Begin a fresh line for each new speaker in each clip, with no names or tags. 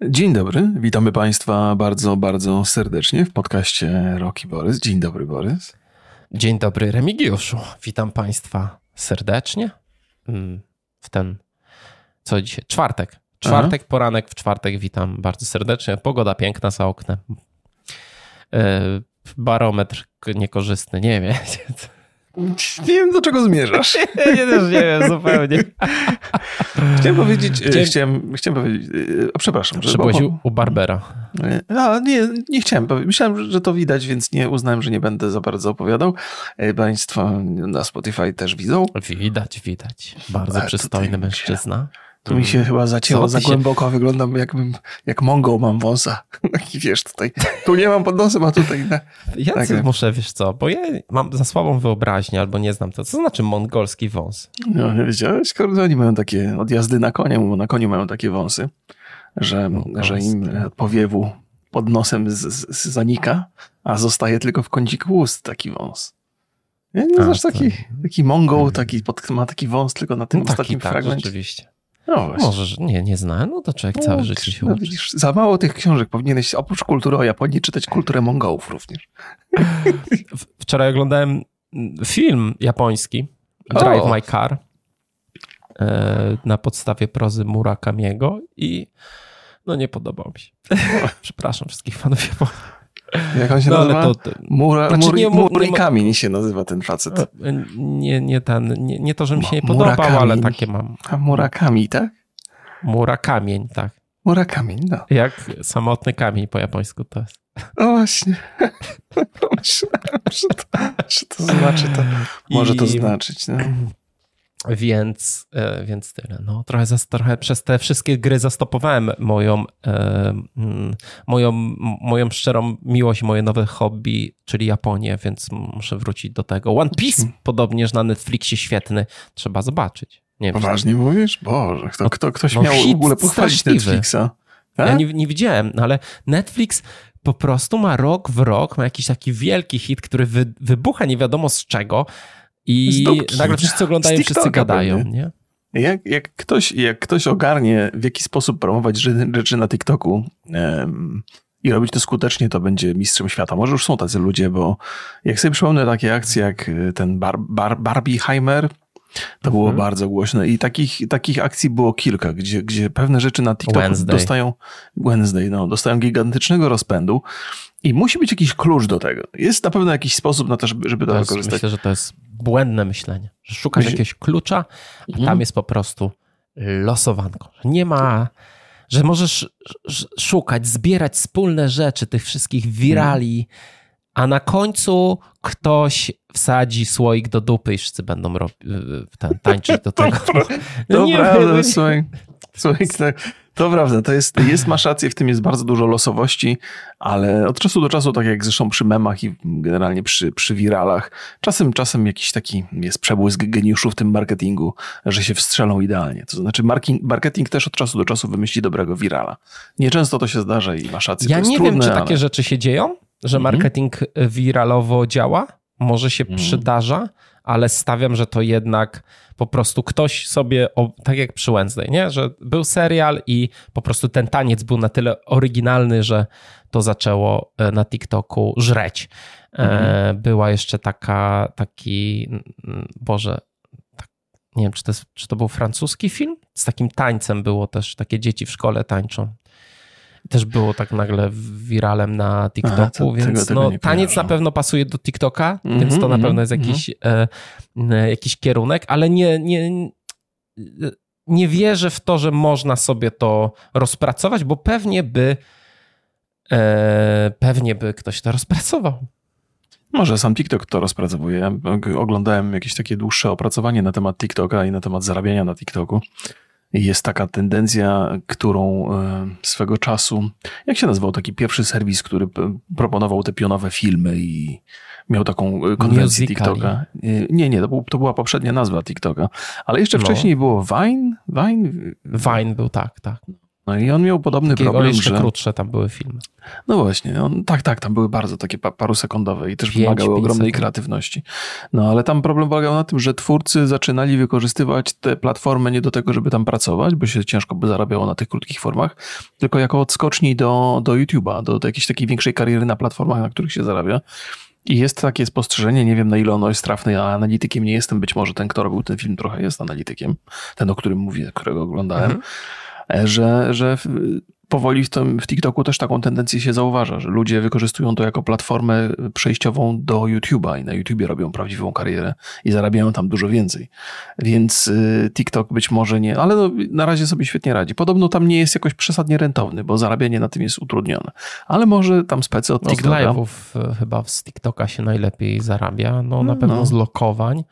Dzień dobry, witamy Państwa bardzo, bardzo serdecznie w podcaście Roki Borys. Dzień dobry, Borys.
Dzień dobry, Remigiuszu. Witam Państwa serdecznie w ten, co dzisiaj? Czwartek. Poranek w czwartek. Witam bardzo serdecznie. Pogoda piękna za oknem. Barometr niekorzystny, nie wiem.
Nie wiem, do czego zmierzasz.
Ja też nie wiem zupełnie.
Chciałem powiedzieć, przepraszam.
Że byłeś u Barbera.
Nie chciałem. Myślałem, że to widać, więc nie uznałem, że nie będę za bardzo opowiadał. Państwo na Spotify też widzą.
Widać. Bardzo przystojny mężczyzna.
Tu mi się chyba zacięło za głęboko, wyglądam jak Mongol, mam wąsa. Taki wiesz, tutaj, tu nie mam pod nosem, a tutaj...
Ja muszę, wiesz co, bo ja mam za słabą wyobraźnię, albo nie znam to. Co znaczy mongolski wąs?
No, wiedziałeś, kurde, oni mają takie od jazdy na koniu, bo na koniu mają takie wąsy, że im powiewu pod nosem zanika, a zostaje tylko w kąciku ust taki wąs. Nie znasz taki Mongol, ma taki wąs tylko na tym ostatnim fragmencie.
Rzeczywiście.
No właśnie.
Możesz, nie znałem, no to człowiek całe życie się uczy.
Widzisz, za mało tych książek powinieneś oprócz kultury o Japonii czytać kulturę Mongołów również.
Wczoraj oglądałem film japoński, Drive My Car, na podstawie prozy Murakamiego i no nie podobał mi się. Przepraszam wszystkich fanów Japonii.
Jak on się nazywa? Murakami się nazywa ten facet.
Nie to, że mi się nie podobał, ale takie mam.
A Murakami, tak?
Murakamień, tak.
Murakamień, no.
Jak samotny kamień po japońsku to jest.
No właśnie. Myślałem, że to znaczy to. Może to znaczyć, no.
Więc tyle. No, trochę przez te wszystkie gry zastopowałem moją szczerą miłość, moje nowe hobby, czyli Japonię, więc muszę wrócić do tego. One Piece podobnież na Netflixie świetny. Trzeba zobaczyć. Nie
poważnie mówisz? Boże, ktoś miał w ogóle pochwalić Netflixa? Tak?
Ja nie widziałem, ale Netflix po prostu ma rok w rok, ma jakiś taki wielki hit, który wybucha nie wiadomo z czego. I nagle wszyscy oglądają, wszyscy gadają, nie?
Jak ktoś ogarnie, w jaki sposób promować rzeczy na TikToku i robić to skutecznie, to będzie mistrzem świata. Może już są tacy ludzie, bo jak sobie przypomnę takie akcje jak ten Barbieheimer, to było bardzo głośne i takich akcji było kilka, gdzie pewne rzeczy na TikToku dostają gigantycznego rozpędu i musi być jakiś klucz do tego. Jest na pewno jakiś sposób na to, żeby to wykorzystać.
Myślę, że to jest błędne myślenie, że szukasz jakiegoś klucza, a tam jest po prostu losowanko. Nie ma, że możesz szukać, zbierać wspólne rzeczy tych wszystkich wirali, a na końcu ktoś wsadzi słoik do dupy i wszyscy będą tańczyć do tego.
To prawda, słoik, to prawda, masz rację, w tym jest bardzo dużo losowości, ale od czasu do czasu, tak jak zresztą przy memach i generalnie przy wiralach, czasem jakiś taki jest przebłysk geniuszu w tym marketingu, że się wstrzelą idealnie. To znaczy marketing też od czasu do czasu wymyśli dobrego wirala. Nieczęsto to się zdarza i masz rację.
Ja nie wiem, czy takie rzeczy się dzieją, że marketing wiralowo działa. Może się przydarza, ale stawiam, że to jednak po prostu ktoś sobie, tak jak przy Wednesday, nie? Że był serial i po prostu ten taniec był na tyle oryginalny, że to zaczęło na TikToku żreć. Była jeszcze nie wiem, czy to był francuski film? Z takim tańcem było też, takie dzieci w szkole tańczą. Też było tak nagle wiralem na TikToku, więc taniec na pewno pasuje do TikToka, więc to na pewno jest jakiś kierunek, ale nie wierzę w to, że można sobie to rozpracować, bo pewnie by ktoś to rozpracował.
Może sam TikTok to rozpracowuje. Ja oglądałem jakieś takie dłuższe opracowanie na temat TikToka i na temat zarabiania na TikToku. Jest taka tendencja, którą swego czasu, jak się nazywał taki pierwszy serwis, który proponował te pionowe filmy i miał taką konwencję TikToka. Nie, to była poprzednia nazwa TikToka, ale jeszcze wcześniej było Vine.
Vine był, tak.
No i on miał podobny problem,
jeszcze krótsze tam były filmy.
No właśnie, tak, tam były bardzo takie parusekundowe i też wymagały ogromnej kreatywności. No ale tam problem polegał na tym, że twórcy zaczynali wykorzystywać te platformy nie do tego, żeby tam pracować, bo się ciężko by zarabiało na tych krótkich formach, tylko jako odskoczni do YouTube'a, do jakiejś takiej większej kariery na platformach, na których się zarabia. I jest takie spostrzeżenie, nie wiem na ile ono jest trafne, ja analitykiem nie jestem, być może ten, kto robił ten film trochę jest analitykiem, ten, o którym mówię, którego oglądałem, że powoli w TikToku też taką tendencję się zauważa, że ludzie wykorzystują to jako platformę przejściową do YouTube'a i na YouTubie robią prawdziwą karierę i zarabiają tam dużo więcej. Więc TikTok być może nie, ale no, na razie sobie świetnie radzi. Podobno tam nie jest jakoś przesadnie rentowny, bo zarabianie na tym jest utrudnione. Ale może tam specy od TikToka.
Z live'ów chyba z TikToka się najlepiej zarabia. No na pewno z lokowań.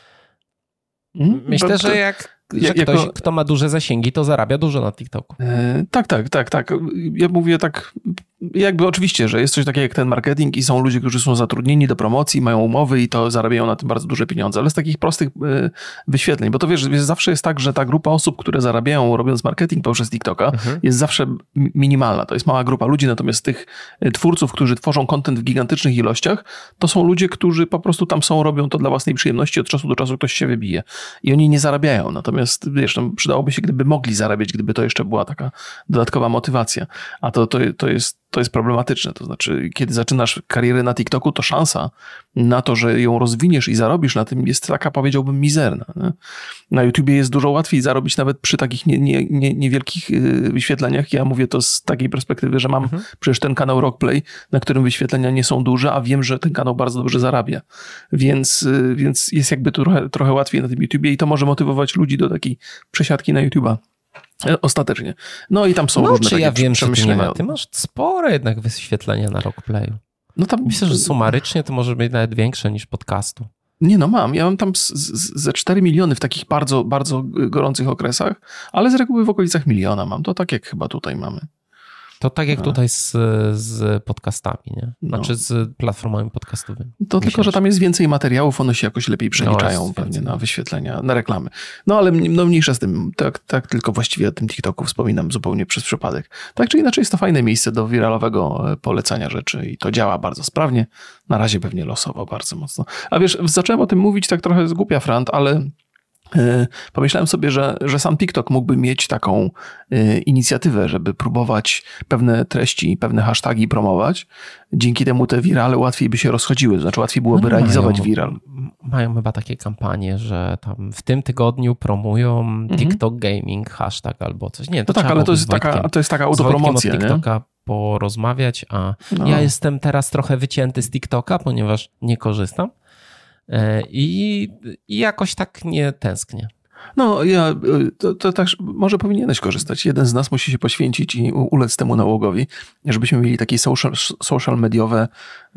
Myślę, że ktoś, kto ma duże zasięgi, to zarabia dużo na TikToku.
Tak. Ja mówię tak, jakby oczywiście, że jest coś takiego jak ten marketing i są ludzie, którzy są zatrudnieni do promocji, mają umowy i to zarabiają na tym bardzo duże pieniądze, ale z takich prostych wyświetleń, bo to wiesz, zawsze jest tak, że ta grupa osób, które zarabiają robiąc marketing poprzez TikToka jest zawsze minimalna. To jest mała grupa ludzi, natomiast tych twórców, którzy tworzą content w gigantycznych ilościach, to są ludzie, którzy po prostu tam są, robią to dla własnej przyjemności, od czasu do czasu ktoś się wybije i oni nie zarabiają. Natomiast wiesz, no, przydałoby się, gdyby mogli zarabiać, gdyby to jeszcze była taka dodatkowa motywacja. A to jest problematyczne. To znaczy, kiedy zaczynasz karierę na TikToku, to szansa na to, że ją rozwiniesz i zarobisz na tym jest taka, powiedziałbym, mizerna. Nie? Na YouTubie jest dużo łatwiej zarobić nawet przy takich niewielkich wyświetleniach. Ja mówię to z takiej perspektywy, że mam przecież ten kanał Rockplay, na którym wyświetlenia nie są duże, a wiem, że ten kanał bardzo dobrze zarabia. Więc jest jakby trochę łatwiej na tym YouTubie i to może motywować ludzi do takiej przesiadki na YouTube'a. Ostatecznie. No i tam są różne takie przemyślenia.
Ty masz spore jednak wyświetlenia na Rockplayu. No tam myślę, że sumarycznie to może być nawet większe niż podcastu.
Nie no, mam. Ja mam tam ze 4 miliony w takich bardzo, bardzo gorących okresach, ale z reguły w okolicach 1 miliona mam. To tak jak chyba tutaj mamy.
To tak jak tutaj z podcastami, nie? Znaczy z platformami podcastowymi.
To tylko, że tam jest więcej materiałów, one się jakoś lepiej przeliczają pewnie na wyświetlenia, na reklamy. No ale mniejsza z tym. Tak tylko właściwie o tym TikToku wspominam zupełnie przez przypadek. Tak czy inaczej jest to fajne miejsce do wiralowego polecania rzeczy i to działa bardzo sprawnie. Na razie pewnie losowo bardzo mocno. A wiesz, zacząłem o tym mówić tak trochę z głupia frant, ale pomyślałem sobie, że sam TikTok mógłby mieć taką inicjatywę, żeby próbować pewne treści i pewne hasztagi promować. Dzięki temu te wirale łatwiej by się rozchodziły, to znaczy łatwiej byłoby realizować wiral.
Mają chyba takie kampanie, że tam w tym tygodniu promują TikTok Gaming, hashtag albo coś. Nie, to
no tak, ale to jest taka autopromocja.
Od TikToka porozmawiać, a ja jestem teraz trochę wycięty z TikToka, ponieważ nie korzystam. I jakoś tak nie tęsknię.
No, to tak, może powinieneś korzystać. Jeden z nas musi się poświęcić i ulec temu nałogowi, żebyśmy mieli takie social mediowe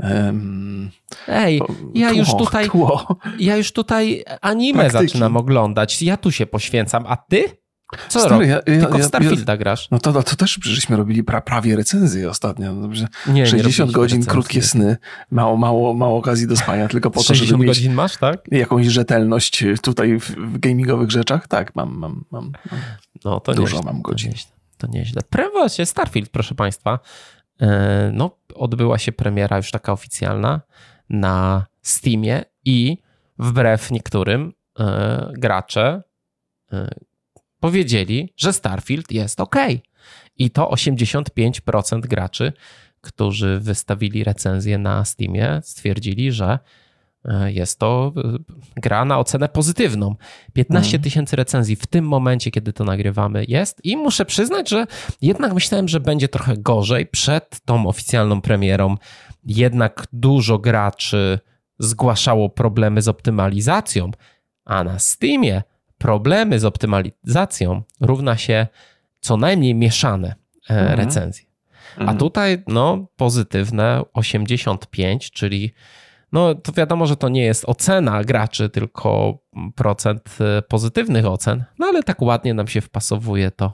ja już tutaj anime zaczynam oglądać. Ja tu się poświęcam, a ty? Co robisz? Tylko w Starfielda grasz.
No to też żeśmy robili prawie recenzję ostatnio. Dobrze. 60 godzin, krótkie sny, mało okazji do spania, tylko po to, żeby
60 godzin masz, tak?
Jakąś rzetelność tutaj w gamingowych rzeczach. Tak, mam
no, to
dużo
nieźle,
mam godzin.
To nieźle. Premiera się Starfield, proszę państwa. No, odbyła się premiera już taka oficjalna na Steamie i wbrew niektórym gracze powiedzieli, że Starfield jest OK. I to 85% graczy, którzy wystawili recenzję na Steamie, stwierdzili, że jest to gra na ocenę pozytywną. 15 tysięcy recenzji w tym momencie, kiedy to nagrywamy, jest i muszę przyznać, że jednak myślałem, że będzie trochę gorzej przed tą oficjalną premierą. Jednak dużo graczy zgłaszało problemy z optymalizacją, a na Steamie problemy z optymalizacją równa się co najmniej mieszane recenzje. A tutaj pozytywne 85, czyli to wiadomo, że to nie jest ocena graczy, tylko procent pozytywnych ocen, ale tak ładnie nam się wpasowuje to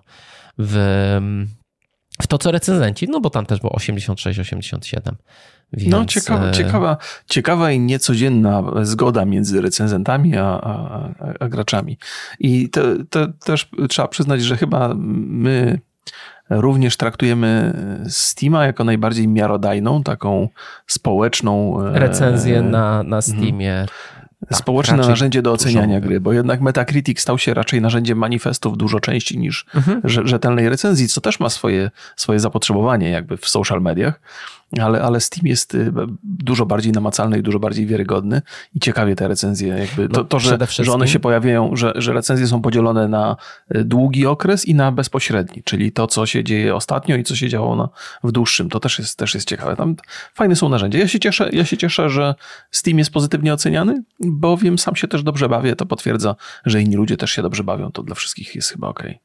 w to, co recenzenci, bo tam też było 86, 87. Więc...
ciekawa i niecodzienna zgoda między recenzentami a graczami. I to też trzeba przyznać, że chyba my również traktujemy Steama jako najbardziej miarodajną, taką społeczną...
Recenzję na Steamie.
Społeczne narzędzie do oceniania gry, bo jednak Metacritic stał się raczej narzędziem manifestów dużo częściej niż rzetelnej recenzji, co też ma swoje zapotrzebowanie jakby w social mediach, ale Steam jest dużo bardziej namacalny i dużo bardziej wiarygodny i ciekawie te recenzje jakby, że one się pojawiają, że recenzje są podzielone na długi okres i na bezpośredni, czyli to, co się dzieje ostatnio i co się działo w dłuższym, to też jest ciekawe. Tam fajne są narzędzia. Ja się cieszę, że Steam jest pozytywnie oceniany, bowiem sam się też dobrze bawię, to potwierdza, że inni ludzie też się dobrze bawią, to dla wszystkich jest chyba okej.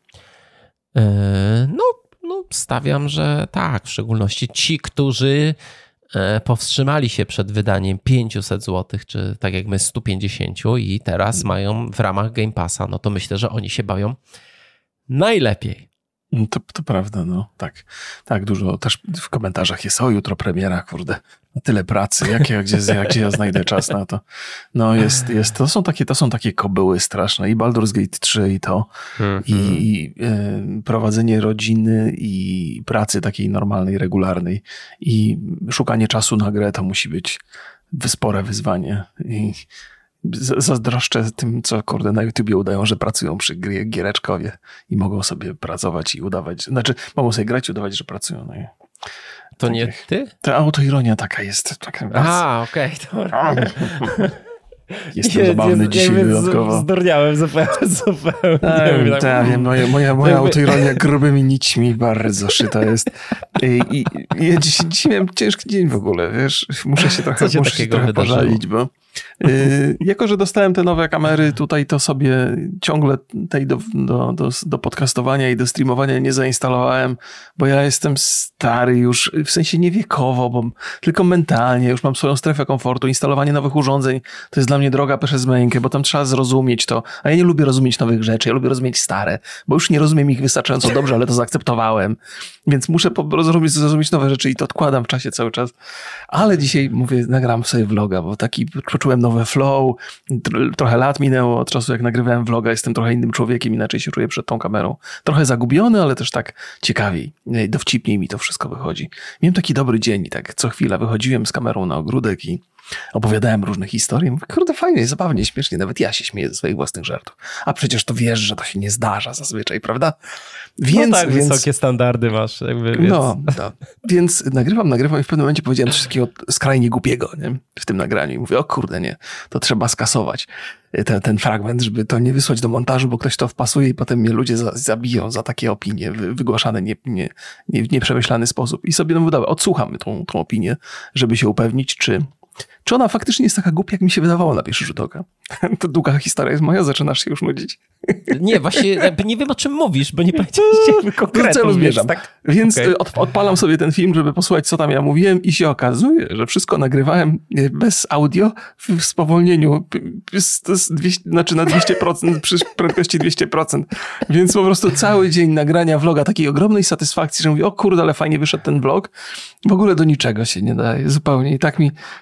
No, stawiam, że tak, w szczególności ci, którzy powstrzymali się przed wydaniem 500 zł, czy tak jak my 150 i teraz mają w ramach Game Passa, no to myślę, że oni się bawią najlepiej.
To prawda, no tak. Tak, dużo też w komentarzach jest, jutro premiera, kurde, tyle pracy, gdzie ja znajdę czas na to. No to są takie kobyły straszne i Baldur's Gate 3 i to, i prowadzenie rodziny i pracy takiej normalnej, regularnej i szukanie czasu na grę to musi być spore wyzwanie i zazdroszczę tym, co kurde na YouTubie udają, że pracują przy giereczkowie i mogą sobie pracować i udawać, znaczy mogą sobie grać i udawać, że pracują. No
to tak nie ty?
Ta autoironia taka jest.
Okej.
Jestem zabawny dzisiaj wyjątkowo.
Zdurniałem zupełnie.
Tak, wiem, moja autoironia grubymi nićmi bardzo szyta jest. I ja dzisiaj miałem ciężki dzień w ogóle, wiesz, muszę się trochę pożalić, bo jako, że dostałem te nowe kamery tutaj, to sobie ciągle tej do podcastowania i do streamowania nie zainstalowałem, bo ja jestem stary już, w sensie nie wiekowo, bo tylko mentalnie, już mam swoją strefę komfortu, instalowanie nowych urządzeń to jest dla mnie droga przez mękę, bo tam trzeba zrozumieć to, a ja nie lubię rozumieć nowych rzeczy, ja lubię rozumieć stare, bo już nie rozumiem ich wystarczająco dobrze, ale to zaakceptowałem, więc muszę zrozumieć nowe rzeczy i to odkładam w czasie cały czas, ale dzisiaj mówię, nagram sobie vloga, bo taki poczułem nowe flow, trochę lat minęło od czasu, jak nagrywałem vloga, jestem trochę innym człowiekiem, inaczej się czuję przed tą kamerą. Trochę zagubiony, ale też tak ciekawiej, dowcipniej mi to wszystko wychodzi. Miałem taki dobry dzień i tak co chwila wychodziłem z kamerą na ogródek i opowiadałem różne historie. Mówię, kurde, fajnie, zabawnie, śmiesznie, nawet ja się śmieję ze swoich własnych żartów. A przecież to wiesz, że to się nie zdarza zazwyczaj, prawda? Więc,
wysokie standardy masz. Jakby, więc...
Więc nagrywam i w pewnym momencie powiedziałem coś takiego skrajnie głupiego, nie? W tym nagraniu. I mówię, o kurde, nie, to trzeba skasować ten fragment, żeby to nie wysłać do montażu, bo ktoś to wpasuje i potem mnie ludzie zabiją za takie opinie wygłaszane w nieprzemyślany sposób. I sobie odsłucham tą opinię, żeby się upewnić, czy ona faktycznie jest taka głupia, jak mi się wydawało na pierwszy rzut oka. To długa historia jest moja, zaczynasz się już nudzić.
Nie, właśnie jakby nie wiem, o czym mówisz, bo nie powiedzieliście jakby konkretnie.
Do celu zmierzam. Tak? Więc odpalam sobie ten film, żeby posłuchać, co tam ja mówiłem i się okazuje, że wszystko nagrywałem bez audio w spowolnieniu, znaczy na 200%, przy prędkości 200%. Więc po prostu cały dzień nagrania vloga, takiej ogromnej satysfakcji, że mówię, o kurde, ale fajnie wyszedł ten vlog. W ogóle do niczego się nie daje zupełnie. I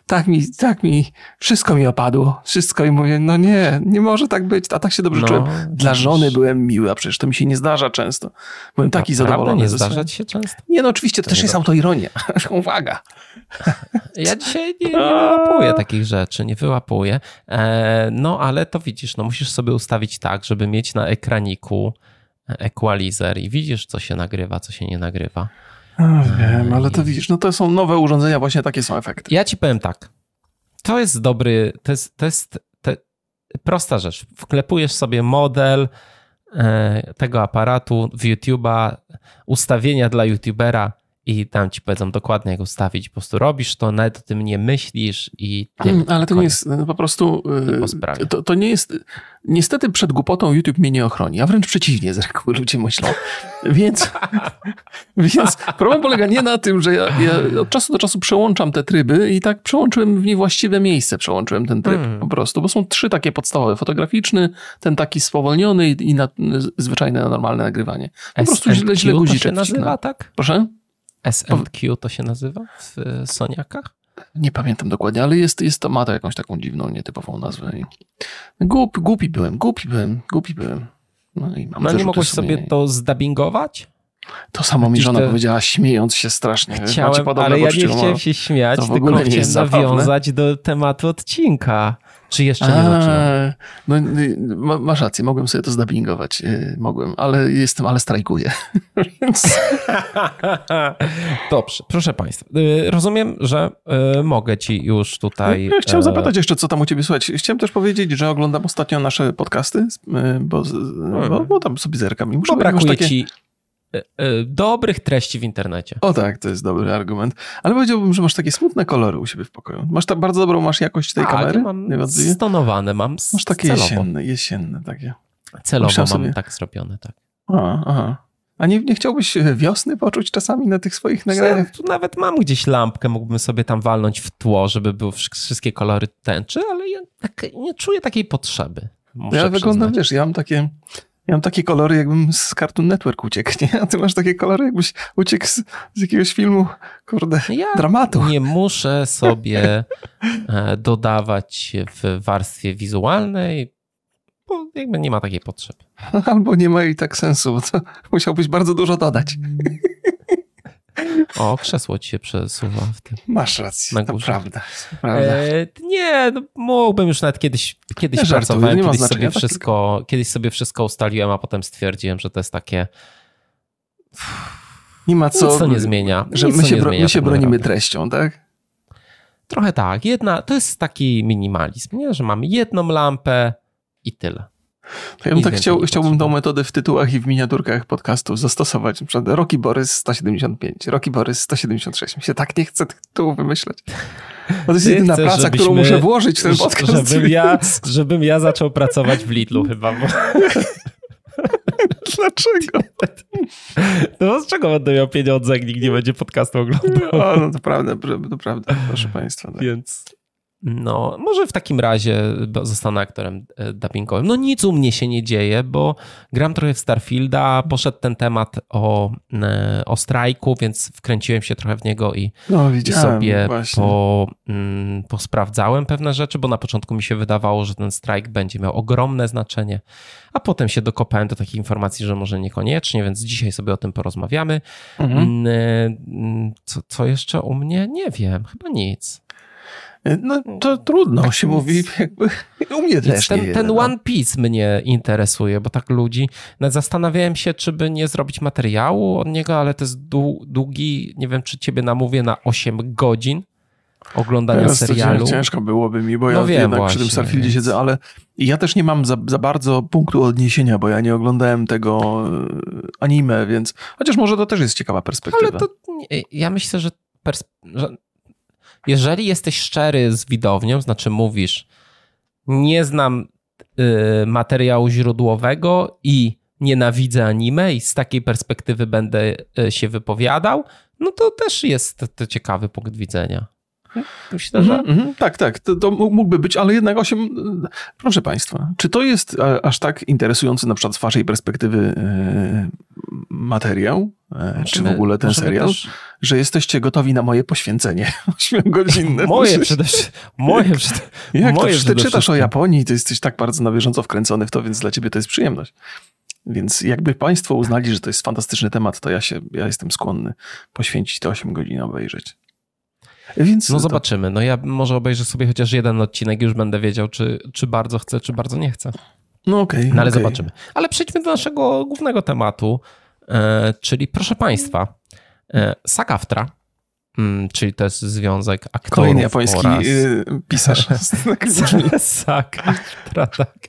tak mi wszystko mi opadło. Wszystko i mówię, no nie może tak być. A tak się dobrze czułem. Dla żony byłem miły, a przecież to mi się nie zdarza często. Byłem taki zadowolony.
Nie zdarza ci się często?
Nie, no oczywiście, to też jest autoironia. Uwaga.
Ja dzisiaj nie wyłapuję takich rzeczy, nie wyłapuję. No ale to widzisz, no musisz sobie ustawić tak, żeby mieć na ekraniku equalizer i widzisz, co się nagrywa, co się nie nagrywa.
Wiem, ale to widzisz, no to są nowe urządzenia, właśnie takie są efekty.
Ja ci powiem tak, to jest dobry, to jest prosta rzecz. Wklepujesz sobie model tego aparatu w YouTube'a, ustawienia dla YouTubera i tam ci powiedzą dokładnie, jak ustawić. Po prostu robisz to, nawet o tym nie myślisz i...
Ale to nie jest po prostu... To nie jest... Niestety przed głupotą YouTube mnie nie ochroni, a wręcz przeciwnie, z reguły ludzie myślą. Więc problem polega nie na tym, że ja od czasu do czasu przełączam te tryby i tak przełączyłem w niewłaściwe miejsce, przełączyłem ten tryb po prostu, bo są 3 takie podstawowe. Fotograficzny, ten taki spowolniony i zwyczajne, normalne nagrywanie. Po prostu źle guziczek.
To się nazywa, tak?
Proszę?
SNQ to się nazywa w Soniakach?
Nie pamiętam dokładnie, ale ma to jakąś taką dziwną, nietypową nazwę. Głupi byłem. No i mam
nie mogłeś sobie to zdubbingować?
To samo mi żona powiedziała, śmiejąc się strasznie.
Ale ja nie chciałem się śmiać, tylko chciałem nawiązać do tematu odcinka. Czy jeszcze nie zacząłem?
No, masz rację, mogłem sobie to zdubbingować. Mogłem, ale strajkuję. Więc...
Dobrze, proszę państwa. Rozumiem, że mogę ci już tutaj...
Chciałem zapytać jeszcze, co tam u ciebie słychać. Chciałem też powiedzieć, że oglądam ostatnio nasze podcasty, bo tam sobie zerkam.
Bo brakuje ci dobrych treści w internecie.
O tak, to jest dobry argument. Ale powiedziałbym, że masz takie smutne kolory u siebie w pokoju. Masz tak bardzo dobrą jakość tej kamery?
Mam stonowane, masz takie
jesienne takie.
Celowo mam tak zrobione, tak.
Aha. A nie chciałbyś wiosny poczuć czasami na tych swoich nagraniach?
Tu nawet mam gdzieś lampkę, mógłbym sobie tam walnąć w tło, żeby były wszystkie kolory tęczy, ale ja nie czuję takiej potrzeby.
Ja wyglądam, wiesz, ja mam takie kolory, jakbym z Cartoon Network uciekł, nie? A ty masz takie kolory, jakbyś uciekł z jakiegoś filmu, dramatu.
Nie muszę sobie dodawać w warstwie wizualnej, bo jakby nie ma takiej potrzeby.
Albo nie ma i tak sensu, bo to musiałbyś bardzo dużo dodać.
O, krzesło ci się przesuwa w tym.
Masz rację, to prawda.
Nie, mógłbym już nawet kiedyś pracowałem, kiedyś sobie wszystko ustaliłem, a potem stwierdziłem, że to jest takie...
Nie ma co...
Nic to nie zmienia.
Że my się bronimy treścią, tak?
Trochę tak. To jest taki minimalizm, nie? Że mamy jedną lampę i tyle.
Ja bym chciałbym tą metodę w tytułach i w miniaturkach podcastów zastosować. Na przykład Rocky Borys 175, Rocky Borys 176. Mi się tak nie chce tych tytułów wymyślać. To jest jedyna praca, którą muszę włożyć w ten podcast.
Żebym ja zaczął pracować w Lidlu chyba. Bo...
Dlaczego?
No z czego będę miał pieniądze, jak nikt nie będzie podcastu oglądał?
No to prawda, proszę państwa. Tak.
Więc... No, może w takim razie zostanę aktorem dubbingowym. No nic u mnie się nie dzieje, bo gram trochę w Starfielda, poszedł ten temat o strajku, więc wkręciłem się trochę w niego i sobie posprawdzałem pewne rzeczy, bo na początku mi się wydawało, że ten strajk będzie miał ogromne znaczenie, a potem się dokopałem do takich informacji, że może niekoniecznie, więc dzisiaj sobie o tym porozmawiamy. Co jeszcze u mnie? Nie wiem, chyba nic.
No to trudno się mówi, jakby u mnie też
ten One Piece mnie interesuje, bo tak ludzi, zastanawiałem się, czy by nie zrobić materiału od niego, ale to jest długi, nie wiem, czy ciebie namówię na 8 godzin oglądania
teraz
serialu.
Ciężko byłoby mi, bo ja jednak właśnie, przy tym Starfieldzie siedzę, ale ja też nie mam za bardzo punktu odniesienia, bo ja nie oglądałem tego anime, więc chociaż może to też jest ciekawa perspektywa.
Ale to ja myślę, że jeżeli jesteś szczery z widownią, znaczy mówisz, nie znam materiału źródłowego i nienawidzę anime i z takiej perspektywy będę się wypowiadał, no to też jest to ciekawy punkt widzenia. Myślę, że...
Tak, to mógłby być, ale jednak 8... Proszę państwa, czy to jest aż tak interesujący na przykład z waszej perspektywy materiał, czy w ogóle ten serial, że jesteście gotowi na moje poświęcenie 8-godzinne? Ty czytasz o Japonii, ty jesteś tak bardzo na bieżąco wkręcony w to, więc dla ciebie to jest przyjemność. Więc jakby państwo uznali, że to jest fantastyczny temat, to ja jestem skłonny poświęcić te 8 godzin obejrzeć. Więc
no zobaczymy. No ja może obejrzę sobie chociaż jeden odcinek i już będę wiedział, czy bardzo chcę, czy bardzo nie chcę.
No okej.
No ale zobaczymy. Ale przejdźmy do naszego głównego tematu, czyli proszę państwa, SAG-AFTRA, czyli to jest związek aktorów.
Kolejny japoński pisarz.
SAG-AFTRA, tak.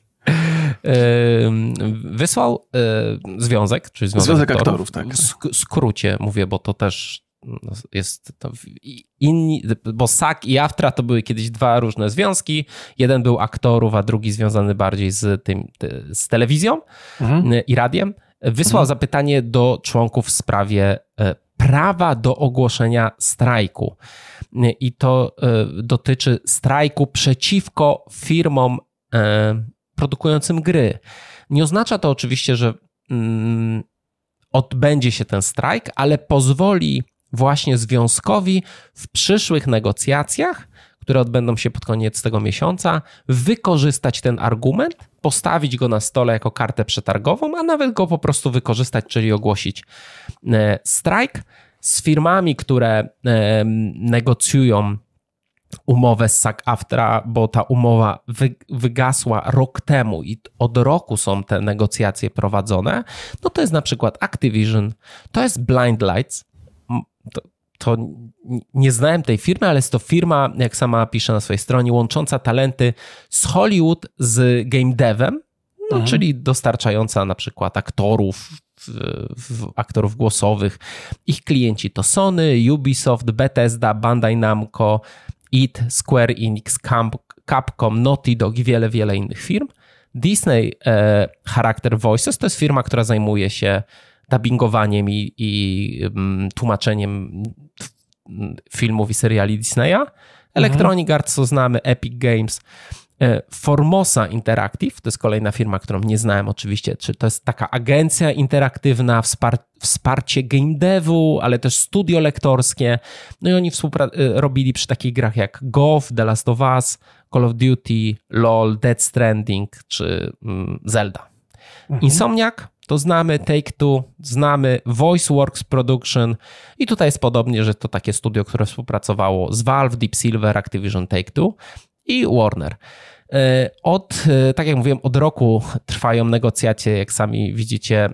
Wysłał związek, czyli Związek Aktorów, tak. W skrócie mówię, bo to też jest to inni, bo SAG i AFTRA to były kiedyś dwa różne związki. Jeden był aktorów, a drugi związany bardziej z telewizją i radiem. Wysłał zapytanie do członków w sprawie prawa do ogłoszenia strajku. I to dotyczy strajku przeciwko firmom produkującym gry. Nie oznacza to oczywiście, że odbędzie się ten strajk, ale pozwoli właśnie związkowi w przyszłych negocjacjach, które odbędą się pod koniec tego miesiąca, wykorzystać ten argument, postawić go na stole jako kartę przetargową, a nawet go po prostu wykorzystać, czyli ogłosić strajk z firmami, które negocjują umowę z SAG-AFTRA, bo ta umowa wygasła rok temu i od roku są te negocjacje prowadzone, no to jest na przykład Activision, to jest Blind Lights, to nie znałem tej firmy, ale jest to firma, jak sama pisze na swojej stronie, łącząca talenty z Hollywood z game devem, czyli dostarczająca na przykład aktorów, aktorów głosowych. Ich klienci to Sony, Ubisoft, Bethesda, Bandai Namco, id, Square Enix, Capcom, Naughty Dog i wiele, wiele innych firm. Disney Character Voices to jest firma, która zajmuje się dubbingowaniem i tłumaczeniem filmów i seriali Disneya. Electronic Arts to znamy, Epic Games. Formosa Interactive, to jest kolejna firma, którą nie znałem oczywiście, czy to jest taka agencja interaktywna, wsparcie game devu, ale też studio lektorskie. No i oni robili przy takich grach jak GoF, The Last of Us, Call of Duty, LoL, Death Stranding czy Zelda. Insomniac to znamy, Take-Two, znamy, VoiceWorks Production i tutaj jest podobnie, że to takie studio, które współpracowało z Valve, Deep Silver, Activision, Take-Two i Warner. Tak jak mówiłem, od roku trwają negocjacje, jak sami widzicie,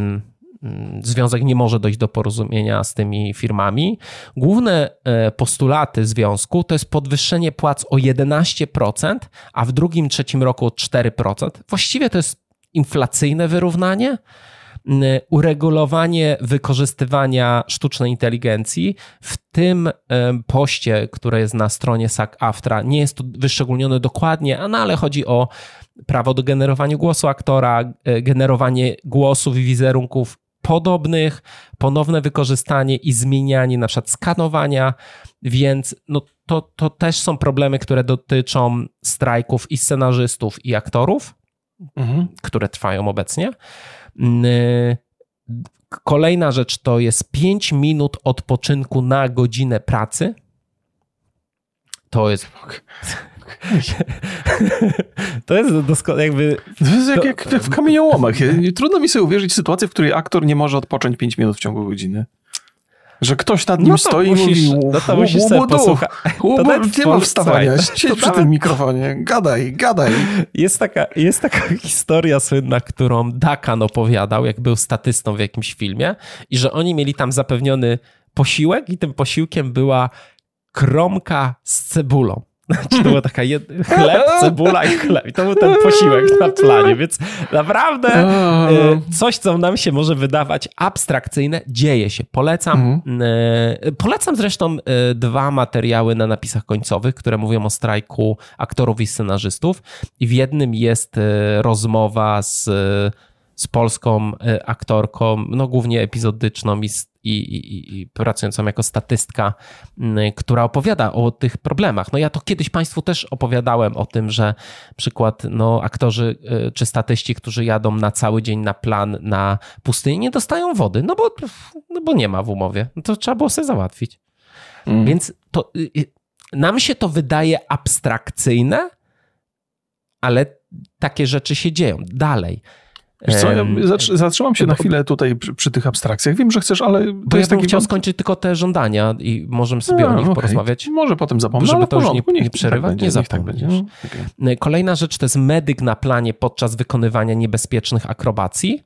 związek nie może dojść do porozumienia z tymi firmami. Główne postulaty związku to jest podwyższenie płac o 11%, a w drugim, trzecim roku o 4%. Właściwie to jest inflacyjne wyrównanie, uregulowanie wykorzystywania sztucznej inteligencji. W tym poście, które jest na stronie SAG-AFTRA, nie jest to wyszczególnione dokładnie, ale chodzi o prawo do generowania głosu aktora, generowanie głosów i wizerunków podobnych, ponowne wykorzystanie i zmienianie na przykład skanowania, więc no to też są problemy, które dotyczą strajków i scenarzystów i aktorów, które trwają obecnie. Kolejna rzecz to jest 5 minut odpoczynku na godzinę pracy. To jest... To jest doskonale jakby...
To jest jak w kamieniołomach. Trudno mi sobie uwierzyć sytuację, w której aktor nie może odpocząć 5 minut w ciągu godziny. Że ktoś nad nim stoi i mówi
no to musisz sobie posłuchać.
Nie ma wstawania, siedź przy tym mikrofonie, gadaj.
Jest taka historia słynna, którą Dakan opowiadał, jak był statystą w jakimś filmie i że oni mieli tam zapewniony posiłek i tym posiłkiem była kromka z cebulą. To była taka chleb, cebula i chleb. I to był ten posiłek na planie, więc naprawdę coś, co nam się może wydawać abstrakcyjne, dzieje się. Polecam zresztą 2 materiały na napisach końcowych, które mówią o strajku aktorów i scenarzystów. I w jednym jest rozmowa z polską aktorką, no głównie epizodyczną i pracującą jako statystka, która opowiada o tych problemach. No ja to kiedyś Państwu też opowiadałem o tym, że przykład aktorzy czy statyści, którzy jadą na cały dzień na plan na pustyni, nie dostają wody, no bo nie ma w umowie. No to trzeba było sobie załatwić. Więc to, nam się to wydaje abstrakcyjne, ale takie rzeczy się dzieją. Dalej.
Wiesz co, ja zatrzymam się na chwilę tutaj przy tych abstrakcjach. Wiem, że chcesz, ale...
Bo ja bym chciał skończyć tylko te żądania i możemy sobie o nich porozmawiać.
Może potem zapomnę,
żeby
ale
to już nie przerywać. Nie zapomnisz. Okay. Kolejna rzecz to jest medyk na planie podczas wykonywania niebezpiecznych akrobacji,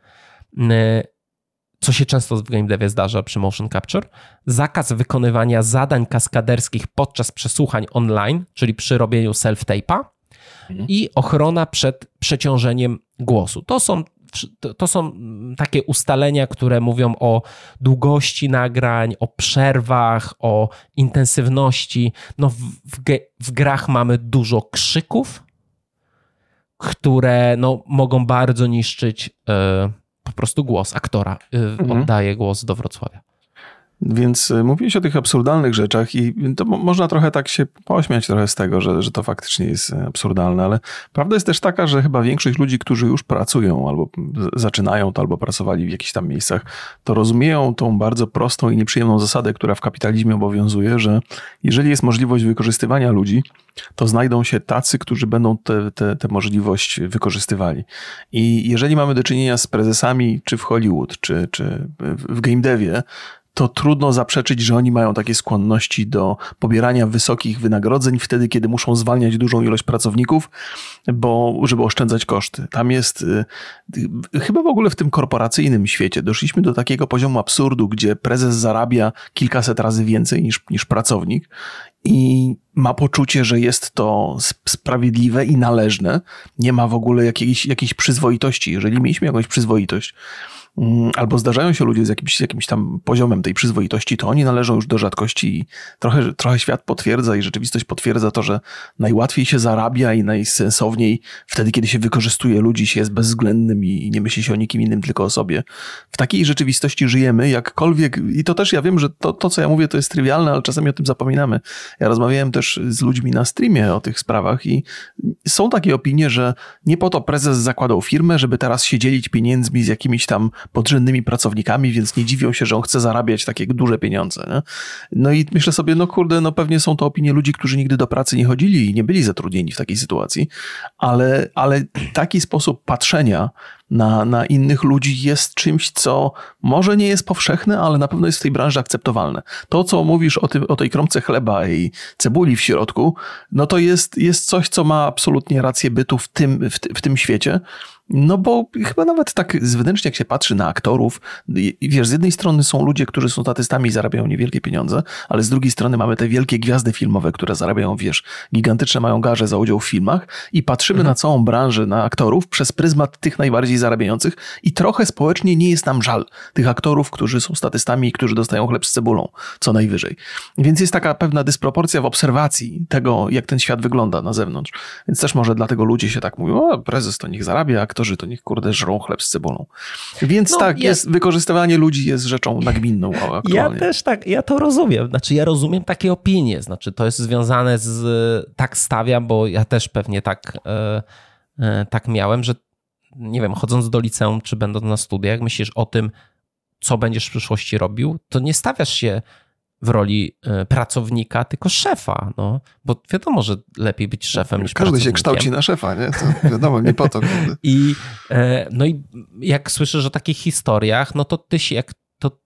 co się często w game devie zdarza przy motion capture. Zakaz wykonywania zadań kaskaderskich podczas przesłuchań online, czyli przy robieniu self-tape'a i ochrona przed przeciążeniem głosu. To są takie ustalenia, które mówią o długości nagrań, o przerwach, o intensywności. No w grach mamy dużo krzyków, które mogą bardzo niszczyć po prostu głos aktora. Oddaję głos do Wrocławia.
Więc mówiłeś o tych absurdalnych rzeczach i to można trochę tak się pośmiać trochę z tego, że to faktycznie jest absurdalne, ale prawda jest też taka, że chyba większość ludzi, którzy już pracują albo zaczynają to, albo pracowali w jakichś tam miejscach, to rozumieją tą bardzo prostą i nieprzyjemną zasadę, która w kapitalizmie obowiązuje, że jeżeli jest możliwość wykorzystywania ludzi, to znajdą się tacy, którzy będą tę możliwość wykorzystywali. I jeżeli mamy do czynienia z prezesami, czy w Hollywood, czy w game devie, to trudno zaprzeczyć, że oni mają takie skłonności do pobierania wysokich wynagrodzeń wtedy, kiedy muszą zwalniać dużą ilość pracowników, żeby oszczędzać koszty. Tam jest, chyba w ogóle w tym korporacyjnym świecie doszliśmy do takiego poziomu absurdu, gdzie prezes zarabia kilkaset razy więcej niż pracownik i ma poczucie, że jest to sprawiedliwe i należne. Nie ma w ogóle jakiejś przyzwoitości. Jeżeli mieliśmy jakąś przyzwoitość, albo zdarzają się ludzie z jakimś tam poziomem tej przyzwoitości, to oni należą już do rzadkości i trochę świat potwierdza i rzeczywistość potwierdza to, że najłatwiej się zarabia i najsensowniej wtedy, kiedy się wykorzystuje ludzi, się jest bezwzględnym i nie myśli się o nikim innym, tylko o sobie. W takiej rzeczywistości żyjemy, jakkolwiek, i to też ja wiem, że to co ja mówię, to jest trywialne, ale czasami o tym zapominamy. Ja rozmawiałem też z ludźmi na streamie o tych sprawach i są takie opinie, że nie po to prezes zakładał firmę, żeby teraz się dzielić pieniędzmi z jakimiś tam podrzędnymi pracownikami, więc nie dziwią się, że on chce zarabiać takie duże pieniądze. Nie? No i myślę sobie, no kurde, no pewnie są to opinie ludzi, którzy nigdy do pracy nie chodzili i nie byli zatrudnieni w takiej sytuacji, ale taki sposób patrzenia na innych ludzi jest czymś, co może nie jest powszechne, ale na pewno jest w tej branży akceptowalne. To, co mówisz o tej kromce chleba i cebuli w środku, no to jest coś, co ma absolutnie rację bytu w tym świecie. No bo chyba nawet tak wewnętrznie, jak się patrzy na aktorów, wiesz, z jednej strony są ludzie, którzy są statystami i zarabiają niewielkie pieniądze, ale z drugiej strony mamy te wielkie gwiazdy filmowe, które zarabiają, wiesz, gigantyczne mają garze za udział w filmach i patrzymy na całą branżę, na aktorów przez pryzmat tych najbardziej zarabiających i trochę społecznie nie jest nam żal tych aktorów, którzy są statystami i którzy dostają chleb z cebulą, co najwyżej. Więc jest taka pewna dysproporcja w obserwacji tego, jak ten świat wygląda na zewnątrz. Więc też może dlatego ludzie się tak mówią, o, prezes to niech zarabia, aktorzy to niech kurde żrą chleb z cebulą. Więc no, tak, wykorzystywanie ludzi jest rzeczą nagminną aktualnie.
Ja też tak, ja to rozumiem. Znaczy ja rozumiem takie opinie. Znaczy to jest związane tak stawiam, bo ja też pewnie tak miałem, że nie wiem, chodząc do liceum czy będąc na studiach, myślisz o tym, co będziesz w przyszłości robił, to nie stawiasz się w roli pracownika, tylko szefa, no. Bo wiadomo, że lepiej być szefem niż
każdy
pracownikiem.
Każdy się kształci na szefa, nie? To wiadomo, nie po to.
No i jak słyszysz o takich historiach, no to ty się, jak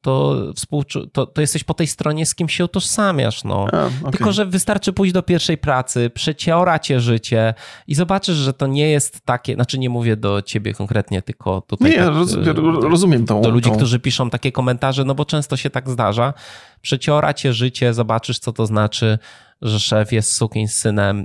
to jesteś po tej stronie, z kim się utożsamiasz, no. Okay. Tylko, że wystarczy pójść do pierwszej pracy, przeciora cię życie i zobaczysz, że to nie jest takie, znaczy nie mówię do ciebie konkretnie, tylko tutaj
rozumiem
do ludzi, którzy piszą takie komentarze, no bo często się tak zdarza. Przeciora cię życie, zobaczysz, co to znaczy, że szef jest sukinsynem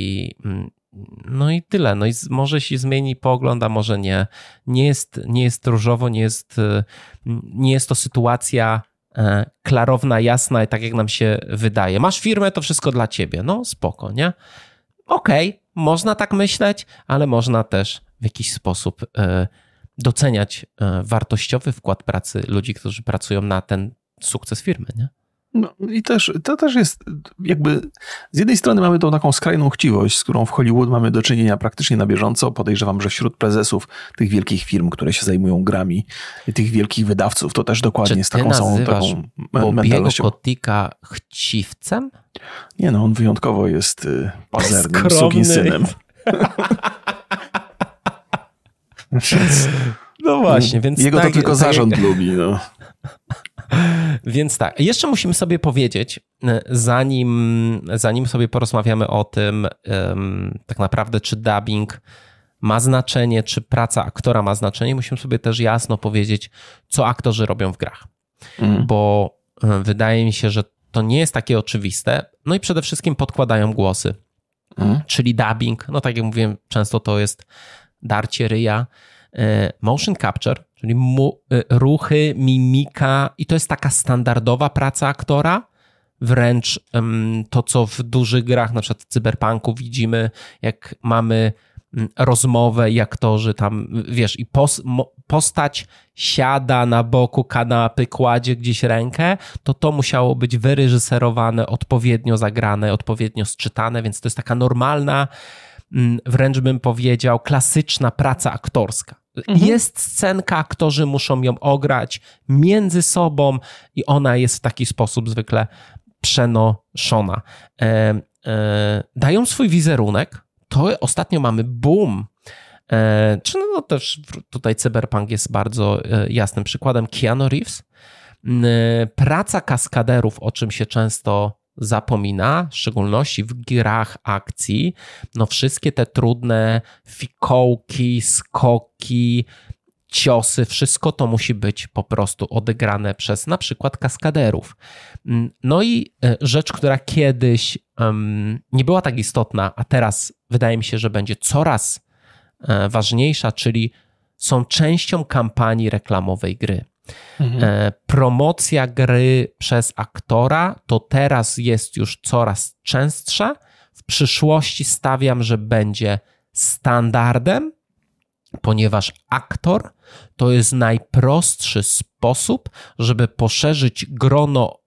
no i tyle. No i może się zmieni pogląd, a może nie. Nie jest różowo, nie jest to sytuacja klarowna, jasna i tak jak nam się wydaje. Masz firmę, to wszystko dla ciebie. No spoko, nie? Okej, można tak myśleć, ale można też w jakiś sposób doceniać wartościowy wkład pracy ludzi, którzy pracują na ten sukces firmy, nie?
No i to też jest jakby, z jednej strony mamy tą taką skrajną chciwość, z którą w Hollywood mamy do czynienia praktycznie na bieżąco. Podejrzewam, że wśród prezesów tych wielkich firm, które się zajmują grami, tych wielkich wydawców, to też dokładnie z taką samą mentalnością.
Kotika chciwcem?
Nie no, on wyjątkowo jest pazernym sukinsynem.
No właśnie, więc
jego to tylko zarząd lubi, no.
Więc tak, jeszcze musimy sobie powiedzieć, zanim sobie porozmawiamy o tym, tak naprawdę czy dubbing ma znaczenie, czy praca aktora ma znaczenie, musimy sobie też jasno powiedzieć, co aktorzy robią w grach. Bo wydaje mi się, że to nie jest takie oczywiste. No i przede wszystkim podkładają głosy, czyli dubbing, no tak jak mówiłem, często to jest darcie ryja, motion capture, czyli ruchy, mimika i to jest taka standardowa praca aktora, wręcz to, co w dużych grach, na przykład w Cyberpunku widzimy, jak mamy rozmowę i aktorzy tam, wiesz, i postać siada na boku kanapy, kładzie gdzieś rękę, to musiało być wyreżyserowane, odpowiednio zagrane, odpowiednio sczytane, więc to jest taka normalna, wręcz bym powiedział, klasyczna praca aktorska. Jest scenka, aktorzy muszą ją ograć między sobą i ona jest w taki sposób zwykle przenoszona. Dają swój wizerunek. To ostatnio mamy boom. Czy no też tutaj Cyberpunk jest bardzo jasnym przykładem. Keanu Reeves. Praca kaskaderów, o czym się często zapomina, w szczególności w grach akcji, no wszystkie te trudne fikołki, skoki, ciosy, wszystko to musi być po prostu odegrane przez na przykład kaskaderów. No i rzecz, która kiedyś nie była tak istotna, a teraz wydaje mi się, że będzie coraz ważniejsza, czyli są częścią kampanii reklamowej gry. Promocja gry przez aktora to teraz jest już coraz częstsza. W przyszłości stawiam, że będzie standardem, ponieważ aktor to jest najprostszy sposób, żeby poszerzyć grono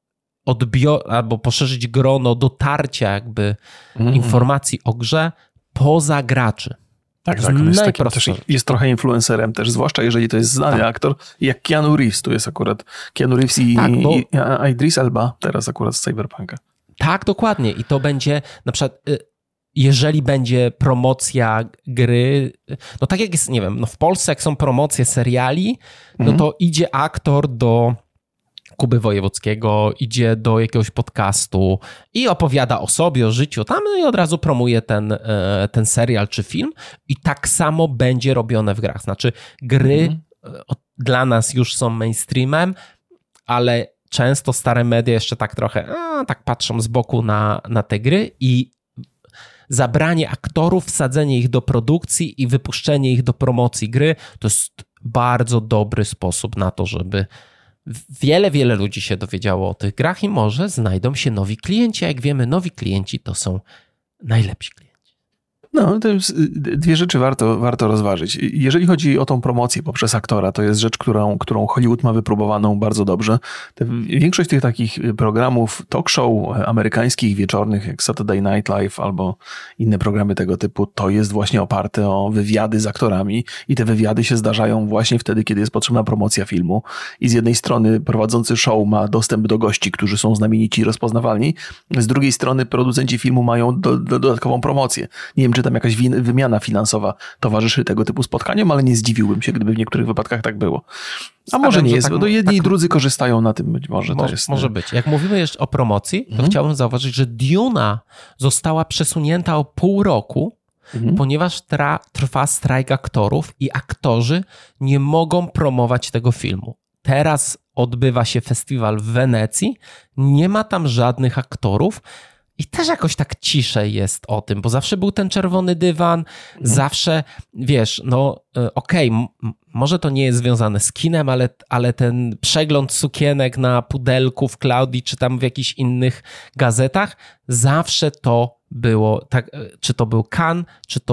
albo poszerzyć grono dotarcia jakby informacji o grze poza graczy.
Tak, jest trochę influencerem też, zwłaszcza jeżeli to jest znany aktor, jak Keanu Reeves, tu jest akurat Keanu Reeves i Idris Elba teraz akurat z Cyberpunka.
Tak, dokładnie i to będzie na przykład, jeżeli będzie promocja gry, no tak jak jest, nie wiem, no w Polsce jak są promocje seriali, no to idzie aktor do Kuby Wojewódzkiego, idzie do jakiegoś podcastu i opowiada o sobie, o życiu tam, no i od razu promuje ten serial czy film i tak samo będzie robione w grach. Znaczy gry dla nas już są mainstreamem, ale często stare media jeszcze tak trochę tak patrzą z boku na te gry i zabranie aktorów, wsadzenie ich do produkcji i wypuszczenie ich do promocji gry to jest bardzo dobry sposób na to, żeby wiele ludzi się dowiedziało o tych grach i może znajdą się nowi klienci, a jak wiemy, nowi klienci to są najlepsi klienci.
No, to jest, dwie rzeczy warto rozważyć. Jeżeli chodzi o tą promocję poprzez aktora, to jest rzecz, którą Hollywood ma wypróbowaną bardzo dobrze. Większość tych takich programów talk show amerykańskich, wieczornych, jak Saturday Night Live albo inne programy tego typu, to jest właśnie oparte o wywiady z aktorami i te wywiady się zdarzają właśnie wtedy, kiedy jest potrzebna promocja filmu i z jednej strony prowadzący show ma dostęp do gości, którzy są znamienici i rozpoznawalni, z drugiej strony producenci filmu mają dodatkową promocję. Nie wiem, czy tam jakaś wymiana finansowa towarzyszy tego typu spotkaniom, ale nie zdziwiłbym się, gdyby w niektórych wypadkach tak było. A może nie jest, bo jedni i drudzy korzystają na tym być może.
Może być. Jak mówimy jeszcze o promocji, to chciałbym zauważyć, że Duna została przesunięta o pół roku, ponieważ trwa strajk aktorów i aktorzy nie mogą promować tego filmu. Teraz odbywa się festiwal w Wenecji, nie ma tam żadnych aktorów, i też jakoś tak ciszej jest o tym, bo zawsze był ten czerwony dywan, zawsze, wiesz, no okej, może to nie jest związane z kinem, ale ten przegląd sukienek na pudelku w Klaudii, czy tam w jakichś innych gazetach, zawsze to było, tak, czy to był Cannes,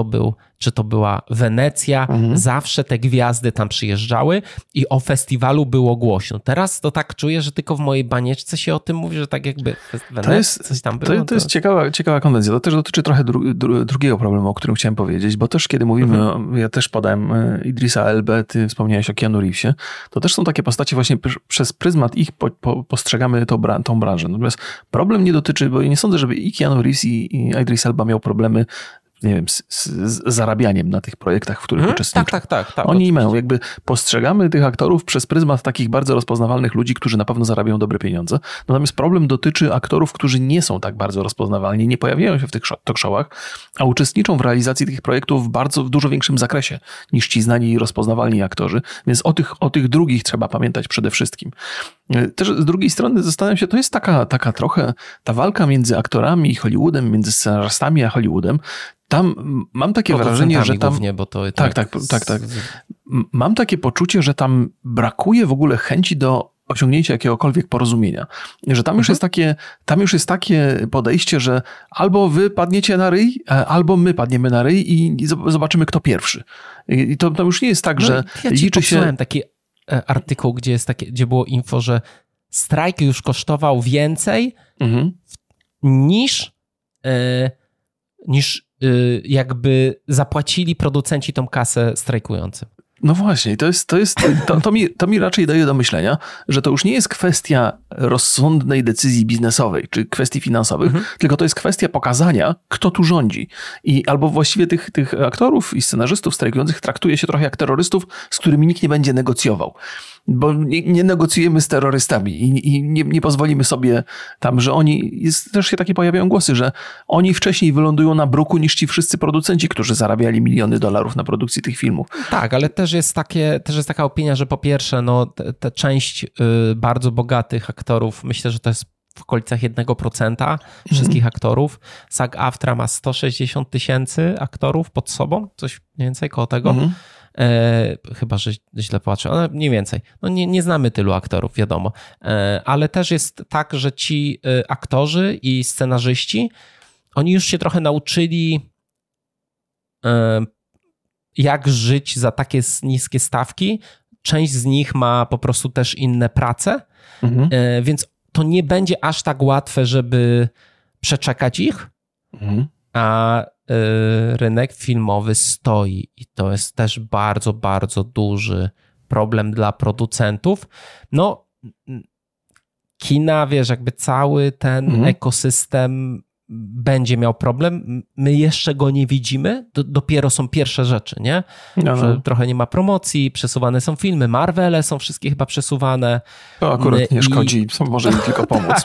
czy to była Wenecja, zawsze te gwiazdy tam przyjeżdżały i o festiwalu było głośno. Teraz to tak czuję, że tylko w mojej banieczce się o tym mówi, że tak jakby coś tam było.
To jest ciekawa konwencja. To też dotyczy trochę drugiego problemu, o którym chciałem powiedzieć, bo też kiedy mówimy, ja też podałem Idrisa Elbę, ty wspomniałeś o Keanu Reevesie, to też są takie postacie właśnie przez pryzmat ich postrzegamy tą branżę. Natomiast problem nie dotyczy, bo nie sądzę, żeby i Keanu Reeves i Idris Elba miał problemy, nie wiem, z zarabianiem na tych projektach, w których uczestniczą.
Tak.
Oni mają, jakby postrzegamy tych aktorów przez pryzmat takich bardzo rozpoznawalnych ludzi, którzy na pewno zarabiają dobre pieniądze. Natomiast problem dotyczy aktorów, którzy nie są tak bardzo rozpoznawalni, nie pojawiają się w tych talk showach, a uczestniczą w realizacji tych projektów w dużo większym zakresie niż ci znani i rozpoznawalni aktorzy. Więc o tych drugich trzeba pamiętać przede wszystkim. Też z drugiej strony zastanawiam się, to jest taka trochę ta walka między aktorami i Hollywoodem, między scenarzystami a Hollywoodem. Tam mam takie wrażenie, że tam...
Głównie, bo to
tak. Mam takie poczucie, że tam brakuje w ogóle chęci do osiągnięcie jakiegokolwiek porozumienia. Że tam już jest takie podejście, że albo wy padniecie na ryj, albo my padniemy na ryj i zobaczymy, kto pierwszy. I to już nie jest tak, że liczy się...
Ja taki artykuł, gdzie było info, że strajk już kosztował więcej niż jakby zapłacili producenci tą kasę strajkującym.
No właśnie, to mi raczej daje do myślenia, że to już nie jest kwestia rozsądnej decyzji biznesowej czy kwestii finansowych, tylko to jest kwestia pokazania, kto tu rządzi. Albo właściwie tych aktorów i scenarzystów strajkujących traktuje się trochę jak terrorystów, z którymi nikt nie będzie negocjował. Bo nie negocjujemy z terrorystami i nie pozwolimy sobie tam, że też się takie pojawiają głosy, że oni wcześniej wylądują na bruku niż ci wszyscy producenci, którzy zarabiali miliony dolarów na produkcji tych filmów.
Tak, ale też jest taka opinia, że po pierwsze, ta część bardzo bogatych aktorów, myślę, że to jest w okolicach 1% wszystkich aktorów. SAG-AFTRA ma 160 000 aktorów pod sobą, coś mniej więcej koło tego. Chyba, że źle patrzę, ale mniej więcej. Nie znamy tylu aktorów, wiadomo. Ale też jest tak, że ci aktorzy i scenarzyści, oni już się trochę nauczyli jak żyć za takie niskie stawki. Część z nich ma po prostu też inne prace, więc to nie będzie aż tak łatwe, żeby przeczekać ich, a rynek filmowy stoi i to jest też bardzo, bardzo duży problem dla producentów. Kina, wiesz, jakby cały ten ekosystem będzie miał problem. My jeszcze go nie widzimy. Dopiero są pierwsze rzeczy, nie? Że trochę nie ma promocji, przesuwane są filmy, Marvele są wszystkie chyba przesuwane.
To akurat nie szkodzi, może mi tylko pomóc.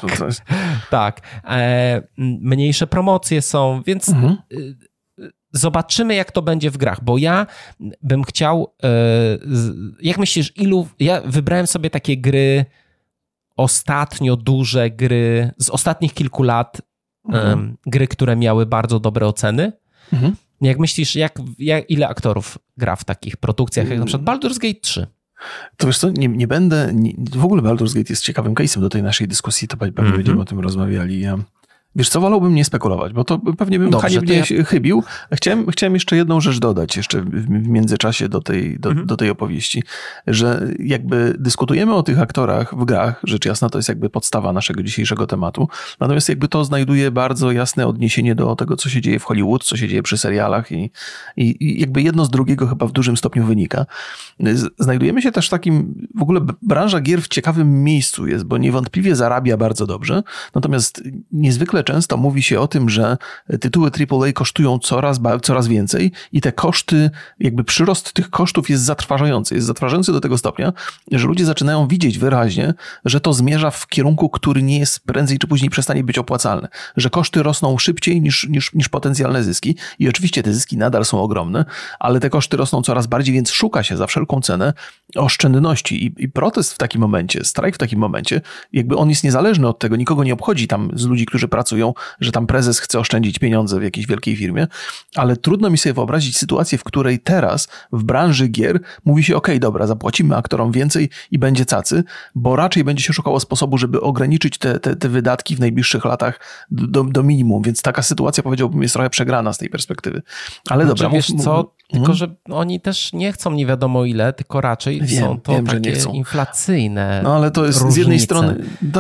Tak. Mniejsze promocje są, więc zobaczymy, jak to będzie w grach, bo ja bym chciał... Jak myślisz, ja wybrałem sobie takie gry, ostatnio duże gry, z ostatnich kilku lat, gry, które miały bardzo dobre oceny. Jak myślisz, ile aktorów gra w takich produkcjach, jak na przykład Baldur's Gate 3?
To wiesz co, nie będę... w ogóle Baldur's Gate jest ciekawym case'em do tej naszej dyskusji, to pewnie będziemy o tym rozmawiali. Wiesz co, wolałbym nie spekulować, bo to pewnie bym haniebnie chybił. Chciałem jeszcze jedną rzecz dodać, jeszcze w międzyczasie do tej opowieści, że jakby dyskutujemy o tych aktorach w grach, rzecz jasna, to jest jakby podstawa naszego dzisiejszego tematu, natomiast jakby to znajduje bardzo jasne odniesienie do tego, co się dzieje w Hollywood, co się dzieje przy serialach i jakby jedno z drugiego chyba w dużym stopniu wynika. Znajdujemy się też w takim, w ogóle branża gier w ciekawym miejscu jest, bo niewątpliwie zarabia bardzo dobrze, natomiast niezwykle często mówi się o tym, że tytuły AAA kosztują coraz więcej i te koszty, jakby przyrost tych kosztów jest zatrważający. Jest zatrważający do tego stopnia, że ludzie zaczynają widzieć wyraźnie, że to zmierza w kierunku, który nie jest prędzej czy później przestanie być opłacalny. Że koszty rosną szybciej niż potencjalne zyski i oczywiście te zyski nadal są ogromne, ale te koszty rosną coraz bardziej, więc szuka się za wszelką cenę oszczędności i protest w takim momencie, strajk w takim momencie, jakby on jest niezależny od tego, nikogo nie obchodzi tam z ludzi, którzy pracują, że tam prezes chce oszczędzić pieniądze w jakiejś wielkiej firmie, ale trudno mi sobie wyobrazić sytuację, w której teraz w branży gier mówi się, okej, dobra, zapłacimy aktorom więcej i będzie cacy, bo raczej będzie się szukało sposobu, żeby ograniczyć te wydatki w najbliższych latach do minimum, więc taka sytuacja, powiedziałbym, jest trochę przegrana z tej perspektywy. Ale dobra.
Wiesz co, tylko że oni też nie chcą nie wiadomo ile, tylko raczej są to takie inflacyjne
No ale to jest
różnice.
z jednej strony...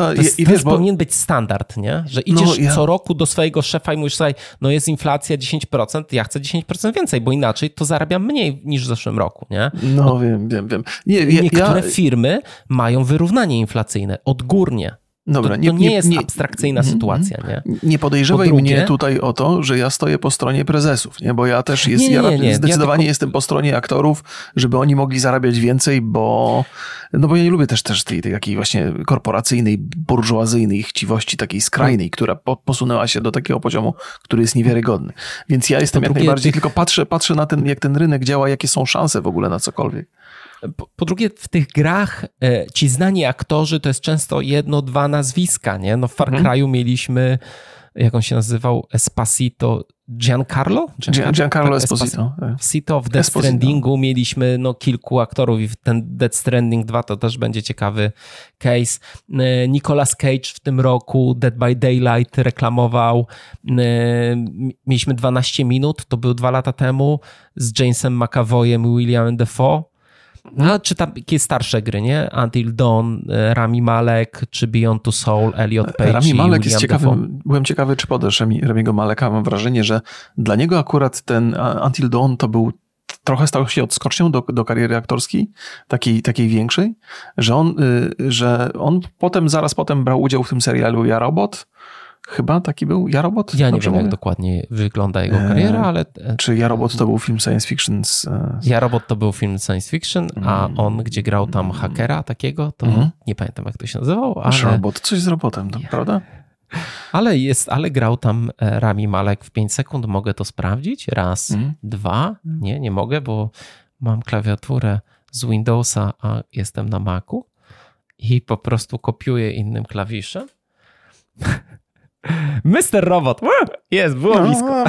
To powinien być standard, nie? Że idziesz co roku do swojego szefa i mówisz, słuchaj, jest inflacja 10%, ja chcę 10% więcej, bo inaczej to zarabiam mniej niż w zeszłym roku, nie?
No wiem.
Niektóre firmy mają wyrównanie inflacyjne odgórnie.
Dobra,
to nie jest abstrakcyjna sytuacja, nie?
Nie podejrzewaj mnie tutaj o to, że ja stoję po stronie prezesów, nie? Bo ja też zdecydowanie jestem po stronie aktorów, żeby oni mogli zarabiać więcej, bo ja nie lubię też tej takiej właśnie korporacyjnej, burżuazyjnej chciwości, takiej skrajnej, która posunęła się do takiego poziomu, który jest niewiarygodny. Więc ja jestem jak najbardziej, tylko patrzę na jak ten rynek działa, jakie są szanse w ogóle na cokolwiek.
Po drugie, w tych grach ci znani aktorzy to jest często 1-2 nazwiska, nie? W Far Cry'u mieliśmy jak on się nazywał, Giancarlo
Esposito.
Esposito. W Death Strandingu mieliśmy kilku aktorów i ten Death Stranding 2 to też będzie ciekawy case. Nicolas Cage w tym roku Dead by Daylight reklamował. Mieliśmy 12 minut, to był 2 lata temu, z Jamesem McAvoyem i Williamem Dafoe. Czy takie starsze gry, nie? Until Dawn, Rami Malek, czy Beyond Two Soul, Elliot Page.
Rami Malek jest ciekawy.
Dafoe.
Byłem ciekawy, czy podasz Ramiego Maleka. Mam wrażenie, że dla niego akurat ten Until Dawn to był trochę stał się odskocznią do kariery aktorskiej, takiej większej, że on zaraz potem brał udział w tym serialu Ja, Robot. Chyba taki był Ja, Robot?
Ja nie wiem, jak dokładnie wygląda jego kariera, ale...
Czy Ja, Robot to był film science fiction?
Ja, Robot to był film science fiction, a on, gdzie grał tam hakera takiego, to nie pamiętam, jak to się nazywał, ale...
Robot, coś z robotem, prawda?
Ale grał tam Rami Malek w 5 sekund. Mogę to sprawdzić? Raz, dwa. Nie mogę, bo mam klawiaturę z Windowsa, a jestem na Macu i po prostu kopiuję innym klawiszem. Mr. Robot. Jest, było blisko.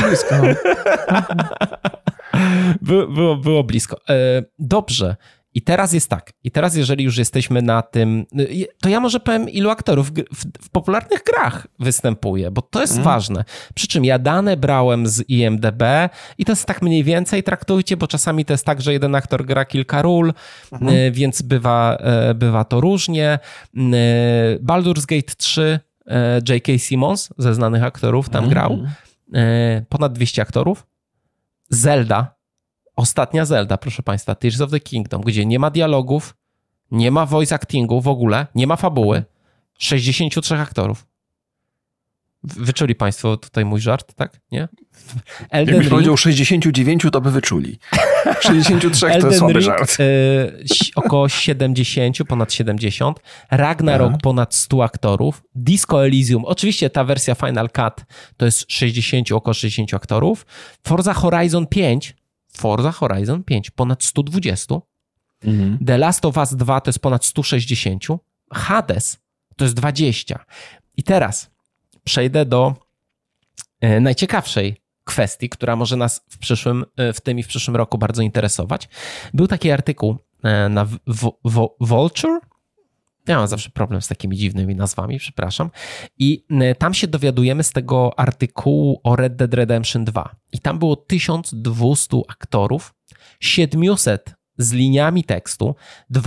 Było blisko. Dobrze. I teraz jest tak. I teraz, jeżeli już jesteśmy na tym, to ja może powiem, ilu aktorów w popularnych grach występuje, bo to jest ważne. Przy czym ja dane brałem z IMDb i to jest tak mniej więcej traktujcie, bo czasami to jest tak, że jeden aktor gra kilka ról, więc bywa to różnie. Baldur's Gate 3, J.K. Simmons ze znanych aktorów tam grał. Ponad 200 aktorów. Zelda. Ostatnia Zelda, proszę Państwa, Tears of the Kingdom, gdzie nie ma dialogów, nie ma voice actingu w ogóle, nie ma fabuły. 63 aktorów. Wyczuli Państwo tutaj mój żart, tak? Nie?
Jakbyś powiedział 69, to by wyczuli. 63 to jest słaby żart.
Około 70, ponad 70. Ragnarok ponad 100 aktorów. Disco Elysium, oczywiście ta wersja Final Cut to jest około 60 aktorów. Forza Horizon 5, ponad 120. The Last of Us 2 to jest ponad 160. Hades to jest 20. I teraz przejdę do najciekawszej kwestii, która może nas w przyszłym roku bardzo interesować. Był taki artykuł na Vulture. Ja mam zawsze problem z takimi dziwnymi nazwami, przepraszam. I tam się dowiadujemy z tego artykułu o Red Dead Redemption 2. I tam było 1200 aktorów, 700 z liniami tekstu,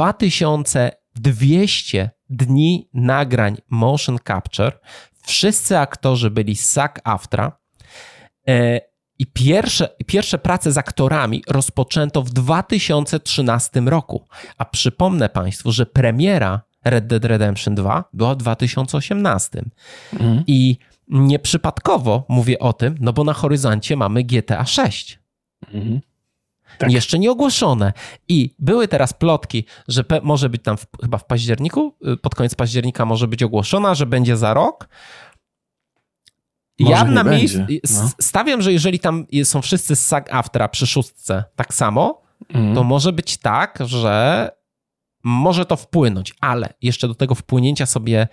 2200 dni nagrań motion capture. Wszyscy aktorzy byli z SAG-AFTRA i pierwsze prace z aktorami rozpoczęto w 2013 roku. A przypomnę Państwu, że premiera Red Dead Redemption 2 była w 2018. I nieprzypadkowo mówię o tym, no bo na horyzoncie mamy GTA 6. Tak. Jeszcze nie ogłoszone. I były teraz plotki, że może być tam chyba w październiku, pod koniec października może być ogłoszona, że będzie za rok.
Może
ja na
miejscu
stawiam, że jeżeli tam są wszyscy z SAG-AFTRA przy 6 tak samo, to może być tak, że może to wpłynąć, ale jeszcze do tego wpłynięcia sobie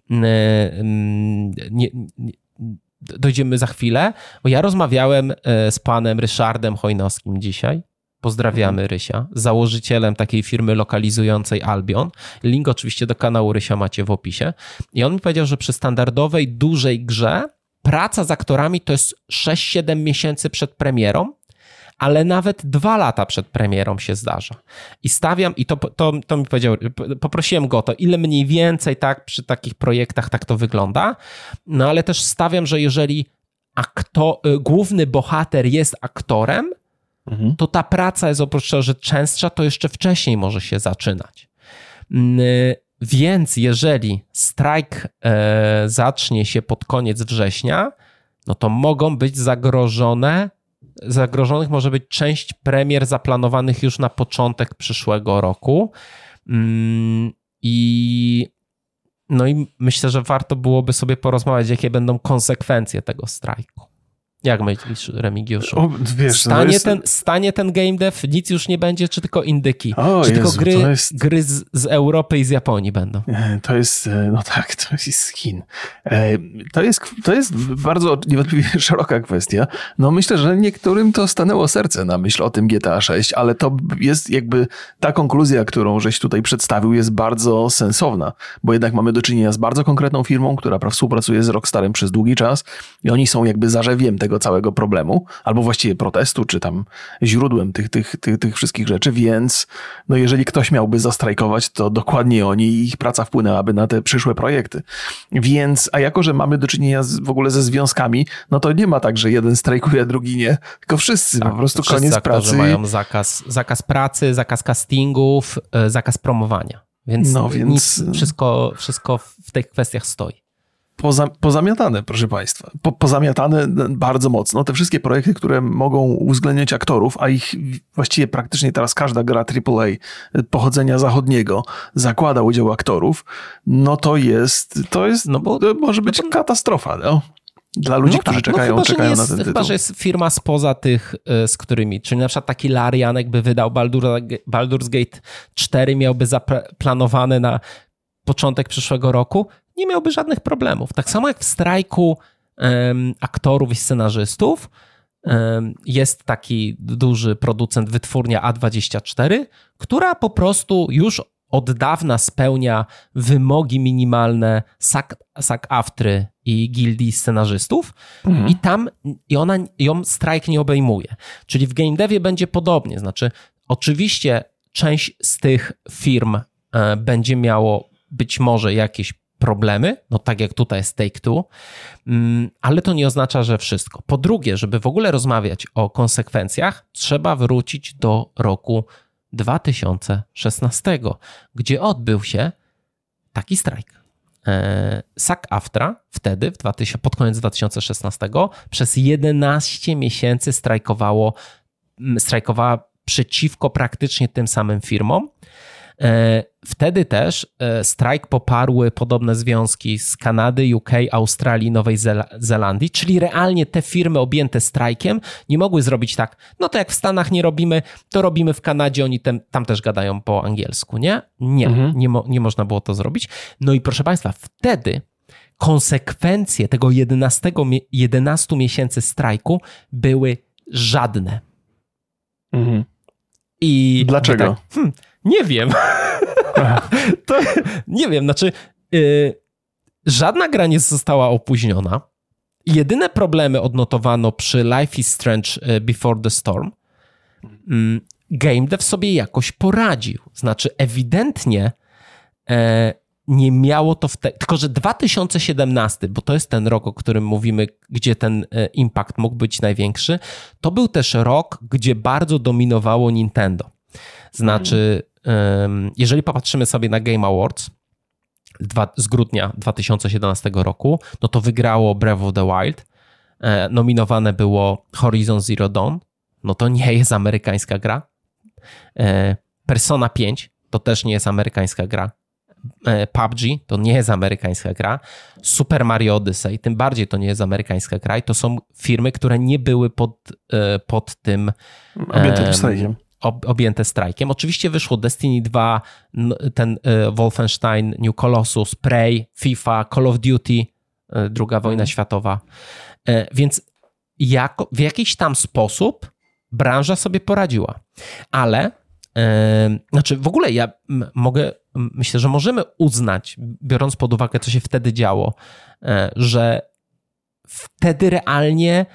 dojdziemy za chwilę, bo ja rozmawiałem z panem Ryszardem Chojnowskim dzisiaj. Pozdrawiamy Rysia, założycielem takiej firmy lokalizującej Albion. Link oczywiście do kanału Rysia macie w opisie. I on mi powiedział, że przy standardowej, dużej grze praca z aktorami to jest 6-7 miesięcy przed premierą, ale nawet 2 lata przed premierą się zdarza. I stawiam, i to mi powiedział, poprosiłem go o to, ile mniej więcej tak przy takich projektach tak to wygląda, no ale też stawiam, że jeżeli główny bohater jest aktorem, to ta praca jest oprócz tego, że częstsza, to jeszcze wcześniej może się zaczynać. Więc jeżeli strajk zacznie się pod koniec września, no to mogą być zagrożonych może być część premier zaplanowanych już na początek przyszłego roku. I myślę, że warto byłoby sobie porozmawiać, jakie będą konsekwencje tego strajku. Jak myślisz, Remigiuszu?
Wiesz,
stanie ten game dev, nic już nie będzie, czy tylko indyki?
Czy
tylko gry z Europy i z Japonii będą?
To jest, no tak, to jest z Chin. To jest bardzo niewątpliwie szeroka kwestia. No myślę, że niektórym to stanęło serce na myśl o tym GTA 6, ale to jest jakby ta konkluzja, którą żeś tutaj przedstawił, jest bardzo sensowna, bo jednak mamy do czynienia z bardzo konkretną firmą, która współpracuje z Rockstarem przez długi czas i oni są jakby zarzewiem tego całego problemu, albo właściwie protestu, czy tam źródłem tych wszystkich rzeczy, więc no jeżeli ktoś miałby zastrajkować, to dokładnie oni i ich praca wpłynęłaby na te przyszłe projekty. Więc, a jako, że mamy do czynienia w ogóle ze związkami, no to nie ma tak, że jeden strajkuje, a drugi nie, tylko wszyscy po prostu koniec pracy.
Mają zakaz pracy, zakaz castingów, zakaz promowania. Więc wszystko w tych kwestiach stoi.
Pozamiatane, proszę Państwa. Pozamiatane bardzo mocno. Te wszystkie projekty, które mogą uwzględniać aktorów, a ich właściwie praktycznie teraz każda gra AAA pochodzenia zachodniego zakłada udział aktorów, no to może być katastrofa, no. Dla ludzi, którzy czekają na ten tytuł.
Chyba, że jest firma spoza tych, z którymi, czyli na przykład taki Larian jakby wydał Baldur's Gate 4, miałby zaplanowane na początek przyszłego roku, nie miałby żadnych problemów. Tak samo jak w strajku aktorów i scenarzystów jest taki duży producent, wytwórnia A24, która po prostu już od dawna spełnia wymogi minimalne SAG-AFTRY i gildii scenarzystów i ją strajk nie obejmuje. Czyli w game devie będzie podobnie. Znaczy, oczywiście część z tych firm będzie miało być może jakieś problemy, no tak jak tutaj jest Take-Two, ale to nie oznacza, że wszystko. Po drugie, żeby w ogóle rozmawiać o konsekwencjach, trzeba wrócić do roku 2016, gdzie odbył się taki strajk. SAG-AFTRA wtedy, pod koniec 2016, przez 11 miesięcy strajkowała przeciwko praktycznie tym samym firmom. Wtedy też strajk poparły podobne związki z Kanady, UK, Australii, Nowej Zelandii, czyli realnie te firmy objęte strajkiem nie mogły zrobić tak, no to jak w Stanach nie robimy, to robimy w Kanadzie, oni tam też gadają po angielsku, nie? Nie można było to zrobić. No i proszę Państwa, wtedy konsekwencje tego 11 miesięcy strajku były żadne. I
dlaczego?
Nie wiem. Nie wiem, znaczy żadna gra nie została opóźniona. Jedyne problemy odnotowano przy Life is Strange Before the Storm. Game dev sobie jakoś poradził. Znaczy ewidentnie nie miało to tylko że 2017, bo to jest ten rok, o którym mówimy, gdzie ten impact mógł być największy, to był też rok, gdzie bardzo dominowało Nintendo. Znaczy, jeżeli popatrzymy sobie na Game Awards z grudnia 2017 roku, no to wygrało Breath of the Wild, nominowane było Horizon Zero Dawn, no to nie jest amerykańska gra. Persona 5 to też nie jest amerykańska gra. PUBG to nie jest amerykańska gra. Super Mario Odyssey tym bardziej to nie jest amerykańska gra i to są firmy, które nie były pod tym objęte strajkiem. Oczywiście wyszło Destiny 2, ten Wolfenstein, New Colossus, Prey, FIFA, Call of Duty, II wojna światowa. Więc w jakiś tam sposób branża sobie poradziła. Ale znaczy w ogóle myślę, że możemy uznać, biorąc pod uwagę, co się wtedy działo, że wtedy realnie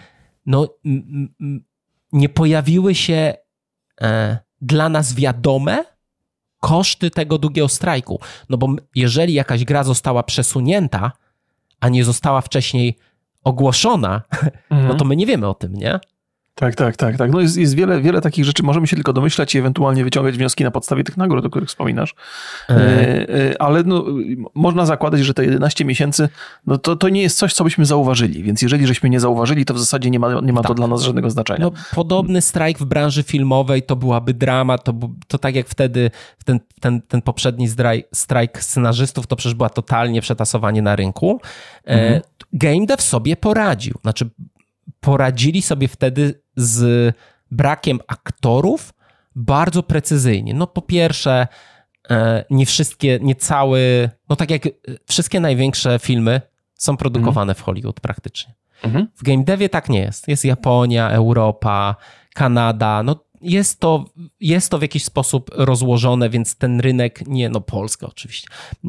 nie pojawiły się dla nas wiadome koszty tego długiego strajku. No bo jeżeli jakaś gra została przesunięta, a nie została wcześniej ogłoszona, no to my nie wiemy o tym, nie?
Tak. No jest wiele takich rzeczy. Możemy się tylko domyślać i ewentualnie wyciągać wnioski na podstawie tych nagród, o których wspominasz. Ale można zakładać, że te 11 miesięcy, no to nie jest coś, co byśmy zauważyli. Więc jeżeli żeśmy nie zauważyli, to w zasadzie nie ma to dla nas żadnego znaczenia.
No, podobny strajk w branży filmowej to byłaby drama. To tak jak wtedy ten poprzedni strajk scenarzystów, to przecież była totalnie przetasowanie na rynku. Game dev sobie poradził. Znaczy poradzili sobie wtedy z brakiem aktorów bardzo precyzyjnie. No po pierwsze, nie wszystkie, nie cały, no tak jak wszystkie największe filmy są produkowane w Hollywood praktycznie. W game devie tak nie jest. Jest Japonia, Europa, Kanada, no jest to w jakiś sposób rozłożone, więc ten rynek, Polska oczywiście,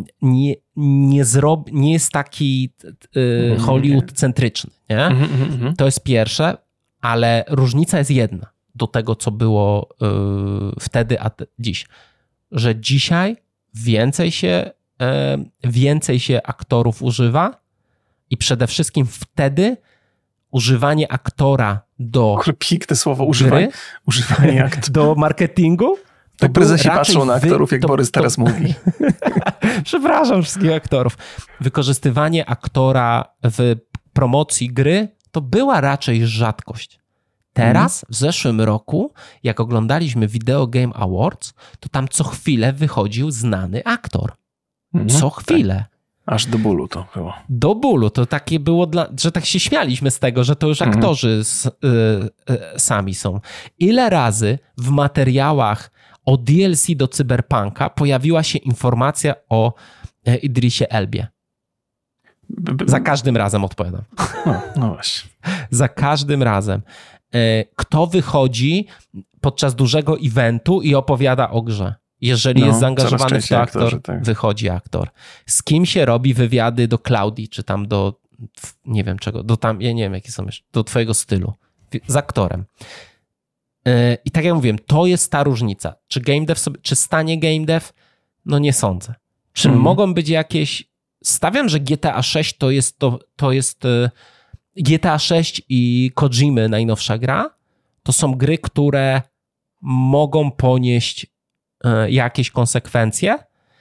nie jest taki Hollywood-centryczny. Nie? To jest pierwsze, ale różnica jest jedna do tego, co było wtedy, a dziś. Że dzisiaj więcej się aktorów używa i przede wszystkim wtedy używanie aktora do
piękne słowo,
używanie
aktora
do marketingu.
Tak prezesi patrzą na aktorów, jak Borys teraz mówi.
Przepraszam wszystkich aktorów. Wykorzystywanie aktora w promocji gry to była raczej rzadkość. Teraz, w zeszłym roku, jak oglądaliśmy Video Game Awards, to tam co chwilę wychodził znany aktor. Co chwilę.
Tak. Aż do bólu to było.
Do bólu. To takie było, że tak się śmialiśmy z tego, że to już aktorzy sami są. Ile razy w materiałach o DLC do Cyberpunka pojawiła się informacja o Idrisie Elbie? Za każdym razem odpowiadam.
No właśnie.
Za każdym razem. Kto wychodzi podczas dużego eventu i opowiada o grze? Jeżeli jest zaangażowany w to aktor, tak. Wychodzi aktor. Z kim się robi wywiady do Klaudii, czy tam do, nie wiem czego, ja nie wiem jakie są jeszcze, do twojego stylu. Z aktorem. I tak jak mówiłem, to jest ta różnica. Czy game dev czy stanie game dev? No nie sądzę. Czy mogą być jakieś... Stawiam, że GTA 6 to jest GTA 6 i Kojimy najnowsza gra. To są gry, które mogą ponieść jakieś konsekwencje.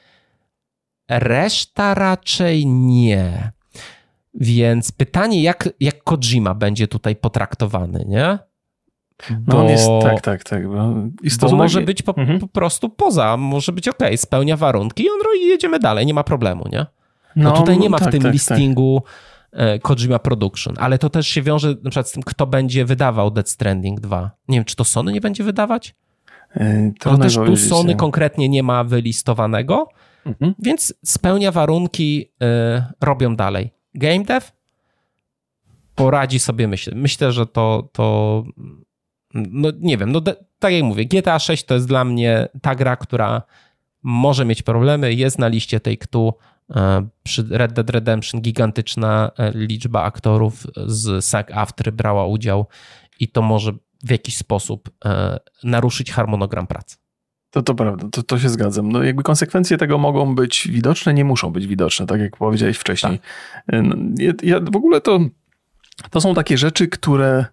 Reszta raczej nie. Więc pytanie, jak Kojima będzie tutaj potraktowany, nie?
Bo on jest, tak.
Bo może być po prostu poza, może być okej, spełnia warunki i jedziemy dalej, nie ma problemu, nie? No tutaj nie ma w tym listingu Kojima Production, ale to też się wiąże na przykład z tym, kto będzie wydawał Death Stranding 2. Nie wiem, czy to Sony nie będzie wydawać? To też tu Sony konkretnie nie ma wylistowanego, więc spełnia warunki, robią dalej. Game dev poradzi sobie, myślę, że to no nie wiem, tak jak mówię, GTA 6 to jest dla mnie ta gra, która może mieć problemy, jest na liście Take-Two, przy Red Dead Redemption gigantyczna liczba aktorów z SAG-AFTRA brała udział i to może w jakiś sposób naruszyć harmonogram pracy.
To prawda, to się zgadzam. No jakby konsekwencje tego mogą być widoczne, nie muszą być widoczne, tak jak powiedziałeś wcześniej. Tak. Ja w ogóle to są takie rzeczy, które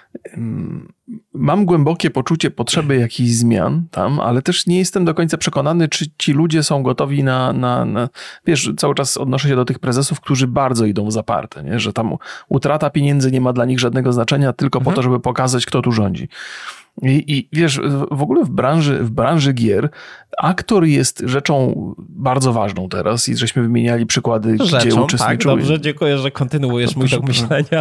mam głębokie poczucie potrzeby jakichś zmian tam, ale też nie jestem do końca przekonany, czy ci ludzie są gotowi na wiesz, cały czas odnoszę się do tych prezesów, którzy bardzo idą w zaparte, nie? Że tam utrata pieniędzy nie ma dla nich żadnego znaczenia, tylko po to, żeby pokazać, kto tu rządzi. I wiesz, w ogóle w branży gier aktor jest rzeczą bardzo ważną teraz i żeśmy wymieniali przykłady, gdzie uczestniczył.
Tak, dobrze, dziękuję, że kontynuujesz mój tok myślenia.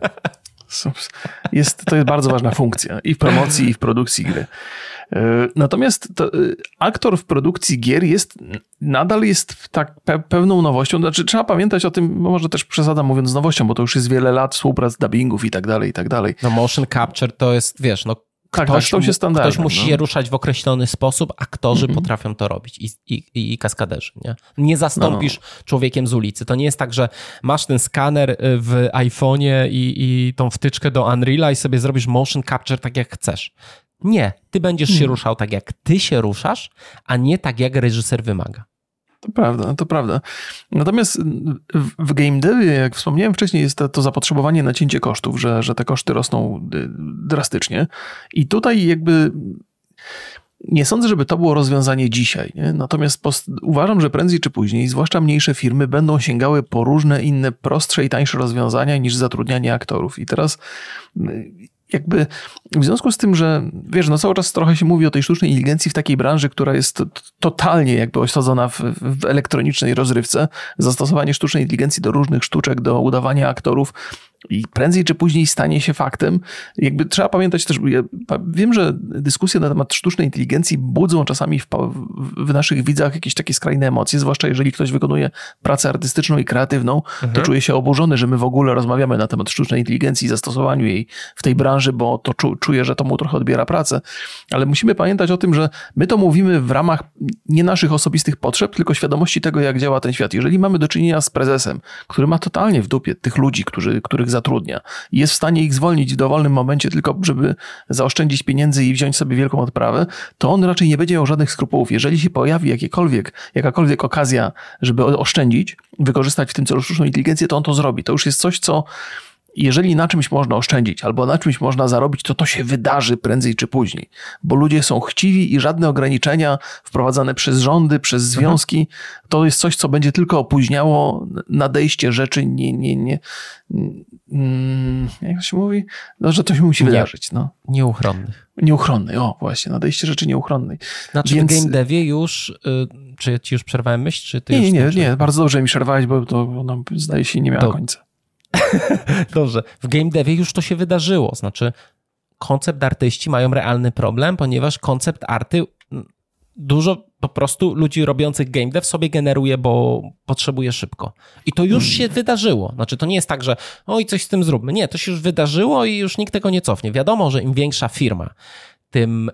To jest bardzo ważna funkcja i w promocji, i w produkcji gry. Natomiast aktor w produkcji gier nadal jest tak pewną nowością. Znaczy, trzeba pamiętać o tym, może też przesadzam mówiąc z nowością, bo to już jest wiele lat współprac dubbingów i tak dalej, i tak dalej.
No motion capture to jest, wiesz, ktoś musi się ruszać w określony sposób, aktorzy potrafią to robić i kaskaderzy. Nie zastąpisz człowiekiem z ulicy. To nie jest tak, że masz ten skaner w iPhone'ie i tą wtyczkę do Unreal'a i sobie zrobisz motion capture tak jak chcesz. Nie, ty będziesz się ruszał tak jak ty się ruszasz, a nie tak jak reżyser wymaga.
To prawda. Natomiast w game devie, jak wspomniałem wcześniej, jest to zapotrzebowanie na cięcie kosztów, że te koszty rosną drastycznie. I tutaj jakby nie sądzę, żeby to było rozwiązanie dzisiaj. Nie? Natomiast uważam, że prędzej czy później, zwłaszcza mniejsze firmy, będą sięgały po różne inne prostsze i tańsze rozwiązania niż zatrudnianie aktorów. I teraz jakby w związku z tym, że wiesz, cały czas trochę się mówi o tej sztucznej inteligencji w takiej branży, która jest totalnie jakby osadzona w elektronicznej rozrywce, zastosowanie sztucznej inteligencji do różnych sztuczek, do udawania aktorów I prędzej czy później stanie się faktem. Jakby trzeba pamiętać też, ja wiem, że dyskusje na temat sztucznej inteligencji budzą czasami w naszych widzach jakieś takie skrajne emocje, zwłaszcza jeżeli ktoś wykonuje pracę artystyczną i kreatywną, to czuje się oburzony, że my w ogóle rozmawiamy na temat sztucznej inteligencji i zastosowaniu jej w tej branży, bo to czuje, że to mu trochę odbiera pracę. Ale musimy pamiętać o tym, że my to mówimy w ramach nie naszych osobistych potrzeb, tylko świadomości tego, jak działa ten świat. Jeżeli mamy do czynienia z prezesem, który ma totalnie w dupie tych ludzi, których zatrudnia i jest w stanie ich zwolnić w dowolnym momencie tylko, żeby zaoszczędzić pieniędzy i wziąć sobie wielką odprawę, to on raczej nie będzie miał żadnych skrupułów. Jeżeli się pojawi jakakolwiek okazja, żeby oszczędzić, wykorzystać w tym celu sztuczną inteligencję, to on to zrobi. To już jest coś, co jeżeli na czymś można oszczędzić albo na czymś można zarobić, to się wydarzy prędzej czy później. Bo ludzie są chciwi i żadne ograniczenia wprowadzane przez rządy, przez związki, to jest coś, co będzie tylko opóźniało nadejście rzeczy jak się mówi? No, że to się musi wydarzyć. No. Nieuchronnej, właśnie, nadejście rzeczy nieuchronnej.
Znaczy w game devie już, czy ja ci już przerwałem myśl? Czy ty
nie, bardzo dobrze mi przerwałeś, bo to zdaje się nie miała końca.
Dobrze. W game devie już to się wydarzyło. Znaczy koncept artyści mają realny problem, ponieważ koncept arty dużo po prostu ludzi robiących game dev sobie generuje, bo potrzebuje szybko. I to już się wydarzyło. Znaczy to nie jest tak, że oj, coś z tym zróbmy. Nie, to się już wydarzyło i już nikt tego nie cofnie. Wiadomo, że im większa firma, tym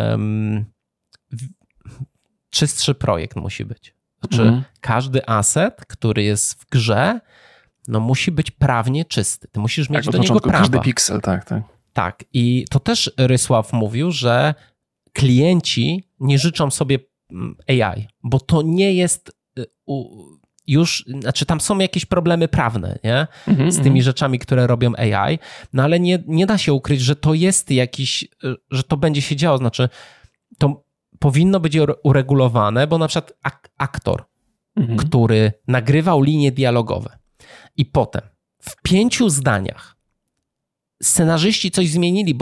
czystszy projekt musi być. Znaczy każdy asset, który jest w grze, no musi być prawnie czysty. Ty musisz mieć do niego prawa.
Każdy piksel, tak.
Tak. I to też Rysław mówił, że klienci nie życzą sobie AI, bo to nie jest już, znaczy tam są jakieś problemy prawne, nie? Z tymi rzeczami, które robią AI, no ale nie da się ukryć, że to jest jakiś, że to będzie się działo, znaczy to powinno być uregulowane, bo na przykład aktor, który nagrywał linie dialogowe i potem w 5 zdaniach scenarzyści coś zmienili,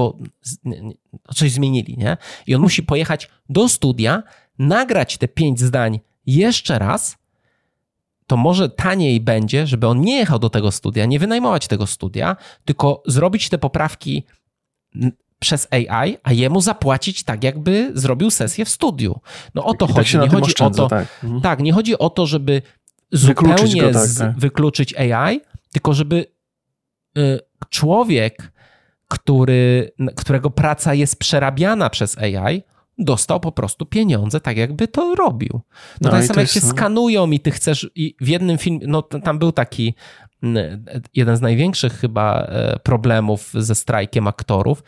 nie? I on musi pojechać do studia, nagrać te 5 zdań jeszcze raz, to może taniej będzie, żeby on nie jechał do tego studia, nie wynajmować tego studia, tylko zrobić te poprawki przez AI, a jemu zapłacić tak, jakby zrobił sesję w studiu. No o to chodzi. Nie chodzi o to, tak, nie chodzi o to, żeby zupełnie wykluczyć AI, tylko żeby człowiek, którego praca jest przerabiana przez AI, dostał po prostu pieniądze, tak jakby to robił. No tak samo jak się skanują i ty chcesz, i w jednym filmie, no tam był taki jeden z największych chyba problemów ze strajkiem aktorów,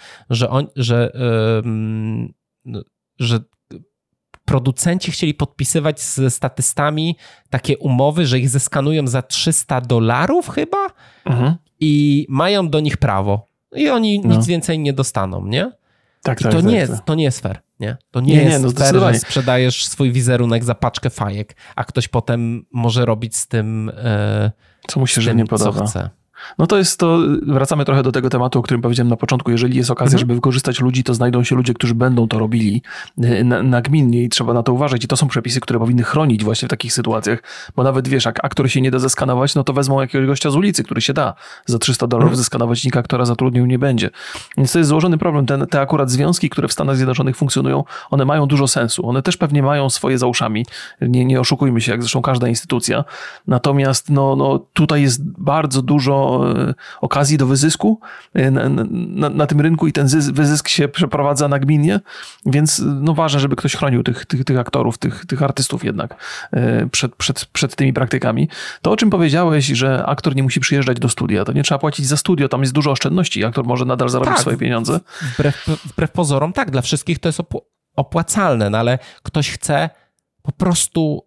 że producenci chcieli podpisywać ze statystami takie umowy, że ich zeskanują za $300 chyba i mają do nich prawo. I oni nic więcej nie dostaną, nie?
Tak,
to nie jest fair, nie? To nie jest fair, że sprzedajesz swój wizerunek za paczkę fajek, a ktoś potem może robić z tym,
co mu się nie podoba.
Co chce.
No to wracamy trochę do tego tematu, o którym powiedziałem na początku. Jeżeli jest okazja, żeby wykorzystać ludzi, to znajdą się ludzie, którzy będą to robili nagminnie i trzeba na to uważać. I to są przepisy, które powinny chronić właśnie w takich sytuacjach, bo nawet wiesz, jak aktor się nie da zeskanować, no to wezmą jakiegoś gościa z ulicy, który się da za $300 zeskanować, nikt aktora zatrudnił nie będzie. Więc to jest złożony problem. Te akurat związki, które w Stanach Zjednoczonych funkcjonują, one mają dużo sensu. One też pewnie mają swoje za uszami. Nie oszukujmy się, jak zresztą każda instytucja. Natomiast tutaj jest bardzo dużo okazji do wyzysku na tym rynku i ten wyzysk się przeprowadza nagminnie, więc ważne, żeby ktoś chronił tych aktorów, tych artystów jednak przed tymi praktykami. To, o czym powiedziałeś, że aktor nie musi przyjeżdżać do studia, to nie trzeba płacić za studio, tam jest dużo oszczędności i aktor może nadal zarobić swoje pieniądze.
Wbrew pozorom, tak, dla wszystkich to jest opłacalne, no ale ktoś chce po prostu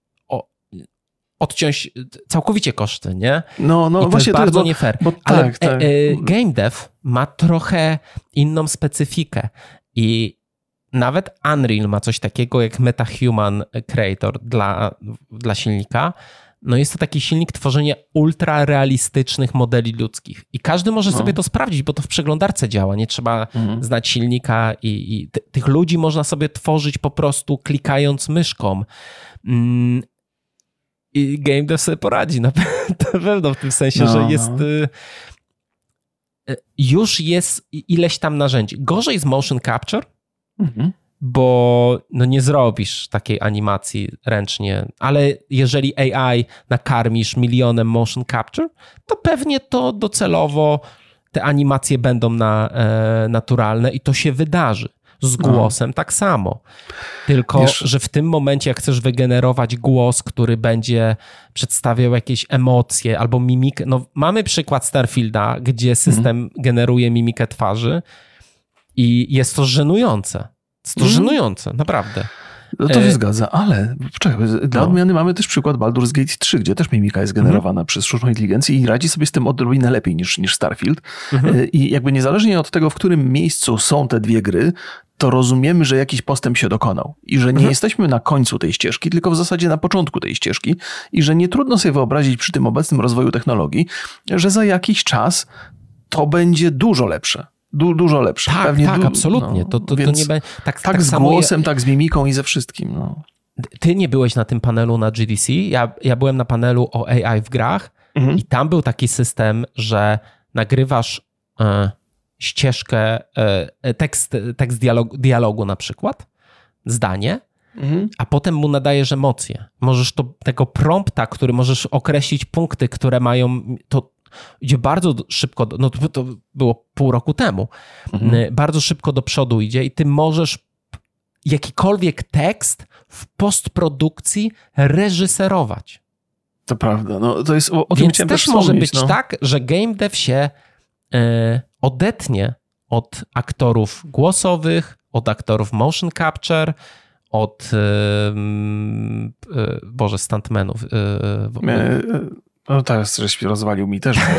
odciąć całkowicie koszty, nie? No i to właśnie jest bardzo nie fair. Ale game dev ma trochę inną specyfikę i nawet Unreal ma coś takiego jak MetaHuman Creator dla silnika. No jest to taki silnik tworzenia ultra realistycznych modeli ludzkich i każdy może sobie to sprawdzić, bo to w przeglądarce działa, nie trzeba znać silnika i tych ludzi można sobie tworzyć po prostu klikając myszką. I game dev sobie poradzi na pewno w tym sensie, że jest już jest ileś tam narzędzi. Gorzej z motion capture, bo no nie zrobisz takiej animacji ręcznie, ale jeżeli AI nakarmisz milionem motion capture, to pewnie to docelowo te animacje będą naturalne i to się wydarzy. Z głosem tak samo. Tylko, że w tym momencie, jak chcesz wygenerować głos, który będzie przedstawiał jakieś emocje albo mimikę, no mamy przykład Starfielda, gdzie system generuje mimikę twarzy i jest to żenujące. Jest to żenujące, naprawdę.
No to się zgadza, ale poczekaj, dla odmiany mamy też przykład Baldur's Gate 3, gdzie też mimika jest generowana przez sztuczną inteligencję i radzi sobie z tym odrobinę lepiej niż Starfield. I jakby niezależnie od tego, w którym miejscu są te dwie gry, to rozumiemy, że jakiś postęp się dokonał i że nie jesteśmy na końcu tej ścieżki, tylko w zasadzie na początku tej ścieżki i że nie trudno sobie wyobrazić przy tym obecnym rozwoju technologii, że za jakiś czas to będzie dużo lepsze. Dużo lepsze.
Tak,
pewnie
absolutnie.
No,
to nie będzie,
tak z głosem, tak z mimiką i ze wszystkim. No.
Ty nie byłeś na tym panelu na GDC, ja byłem na panelu o AI w grach i tam był taki system, że nagrywasz ścieżkę, tekst dialogu na przykład, zdanie, a potem mu nadajesz emocje. Możesz tego prompta, który możesz określić punkty, które mają, to idzie bardzo szybko, no to było pół roku temu, bardzo szybko do przodu idzie i ty możesz jakikolwiek tekst w postprodukcji reżyserować.
To prawda, no to jest o tym
Więc
chciałem
też może być tak, że game dev się odetnie od aktorów głosowych, od aktorów motion capture, od stuntmenów.
No teraz żeś rozwalił mi też.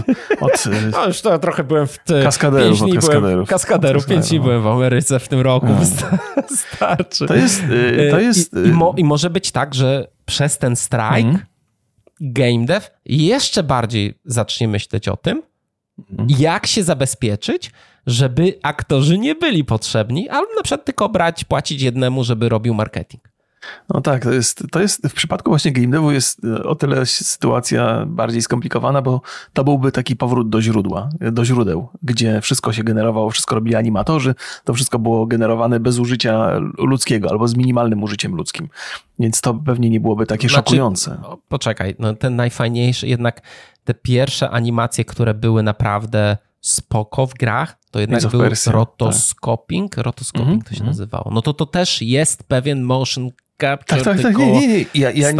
No już to trochę byłem w
kaskaderów.
5 dni byłem w Ameryce w tym roku. Wystarczy.
To jest...
I może być tak, że przez ten strajk game dev jeszcze bardziej zacznie myśleć o tym, jak się zabezpieczyć, żeby aktorzy nie byli potrzebni, albo na przykład tylko płacić jednemu, żeby robił marketing.
No tak, to jest w przypadku właśnie game devu jest o tyle sytuacja bardziej skomplikowana, bo to byłby taki powrót do źródeł, gdzie wszystko się generowało, wszystko robili animatorzy, to wszystko było generowane bez użycia ludzkiego albo z minimalnym użyciem ludzkim, więc to pewnie nie byłoby takie szokujące.
Poczekaj, no ten najfajniejszy, jednak te pierwsze animacje, które były naprawdę spoko w grach, to jednak był rotoscoping to się nazywało. No to też jest pewien motion capture,
tak. Nie. Ja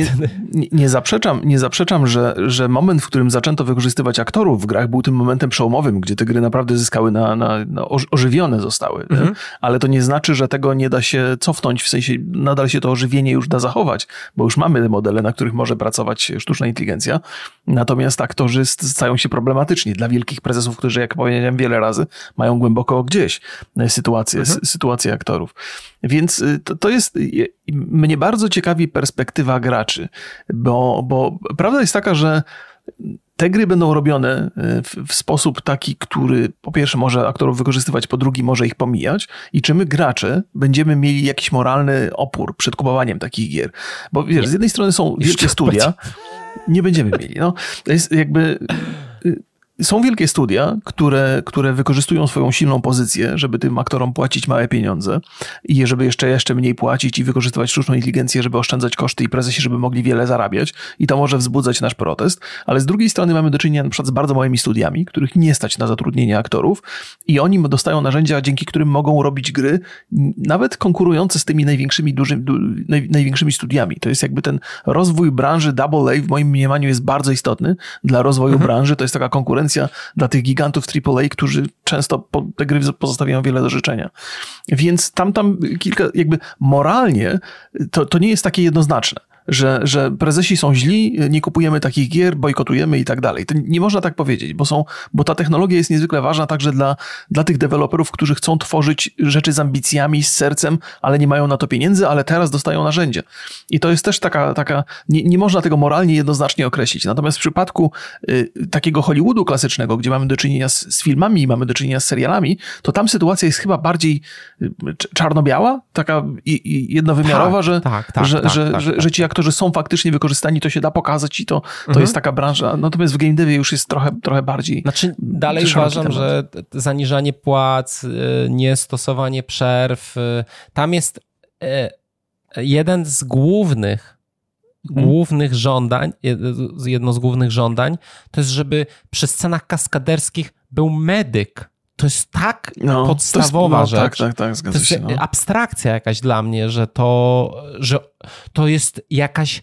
nie zaprzeczam, że moment, w którym zaczęto wykorzystywać aktorów w grach, był tym momentem przełomowym, gdzie te gry naprawdę zyskały ożywione zostały. Ale to nie znaczy, że tego nie da się cofnąć, w sensie nadal się to ożywienie już da zachować, bo już mamy modele, na których może pracować sztuczna inteligencja. Natomiast aktorzy stają się problematyczni dla wielkich prezesów, którzy, jak powiedziałem wiele razy, mają głęboko gdzieś sytuację aktorów. Więc to jest... Mnie bardzo ciekawi perspektywa graczy, bo prawda jest taka, że te gry będą robione w sposób taki, który po pierwsze może aktorów wykorzystywać, po drugi może ich pomijać i czy my gracze będziemy mieli jakiś moralny opór przed kupowaniem takich gier. Bo wiesz, z jednej strony są wielkie studia, nie będziemy mieli. No, to jest jakby... Są wielkie studia, które wykorzystują swoją silną pozycję, żeby tym aktorom płacić małe pieniądze i żeby jeszcze mniej płacić i wykorzystywać sztuczną inteligencję, żeby oszczędzać koszty i prezesi, żeby mogli wiele zarabiać i to może wzbudzać nasz protest, ale z drugiej strony mamy do czynienia na przykład z bardzo małymi studiami, których nie stać na zatrudnienie aktorów i oni dostają narzędzia, dzięki którym mogą robić gry nawet konkurujące z tymi największymi studiami. To jest jakby ten rozwój branży AA w moim mniemaniu jest bardzo istotny dla rozwoju branży. To jest taka konkurencja dla tych gigantów AAA, którzy często te gry pozostawiają wiele do życzenia. Więc tam kilka, jakby moralnie to nie jest takie jednoznaczne, że prezesi są źli, nie kupujemy takich gier, bojkotujemy i tak dalej. To nie można tak powiedzieć, bo ta technologia jest niezwykle ważna także dla tych deweloperów, którzy chcą tworzyć rzeczy z ambicjami, z sercem, ale nie mają na to pieniędzy, ale teraz dostają narzędzia. I to jest też taka nie można tego moralnie jednoznacznie określić. Natomiast w przypadku takiego Hollywoodu klasycznego, gdzie mamy do czynienia z filmami i mamy do czynienia z serialami, to tam sytuacja jest chyba bardziej czarno-biała, taka jednowymiarowa, że ci aktorzy są faktycznie wykorzystani, to się da pokazać i to jest taka branża. Natomiast w game devie już jest trochę bardziej...
Znaczy dalej uważam, temat. Że zaniżanie płac, niestosowanie przerw, tam jest jeden z głównych żądań, jedno z głównych żądań, to jest, żeby przy scenach kaskaderskich był medyk. To jest tak podstawowa rzecz.
Tak, zgadza się.
To jest abstrakcja jakaś dla mnie, że to jest jakaś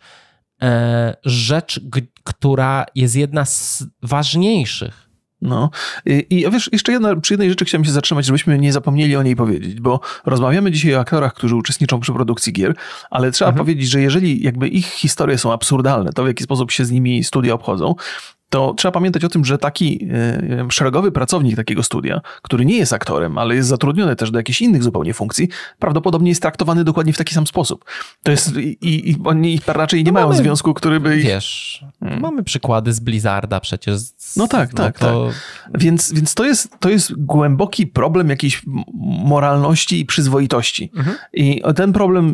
rzecz, która jest jedna z ważniejszych.
No i wiesz, jeszcze przy jednej rzeczy chciałem się zatrzymać, żebyśmy nie zapomnieli o niej powiedzieć, bo rozmawiamy dzisiaj o aktorach, którzy uczestniczą przy produkcji gier, ale trzeba powiedzieć, że jeżeli jakby ich historie są absurdalne, to w jaki sposób się z nimi studia obchodzą, to trzeba pamiętać o tym, że taki szeregowy pracownik takiego studia, który nie jest aktorem, ale jest zatrudniony też do jakichś innych zupełnie funkcji, prawdopodobnie jest traktowany dokładnie w taki sam sposób. To jest i oni raczej nie mają związku, który by...
Wiesz, mamy przykłady z Blizzarda przecież.
Tak. Więc to jest głęboki problem jakiejś moralności i przyzwoitości. I ten problem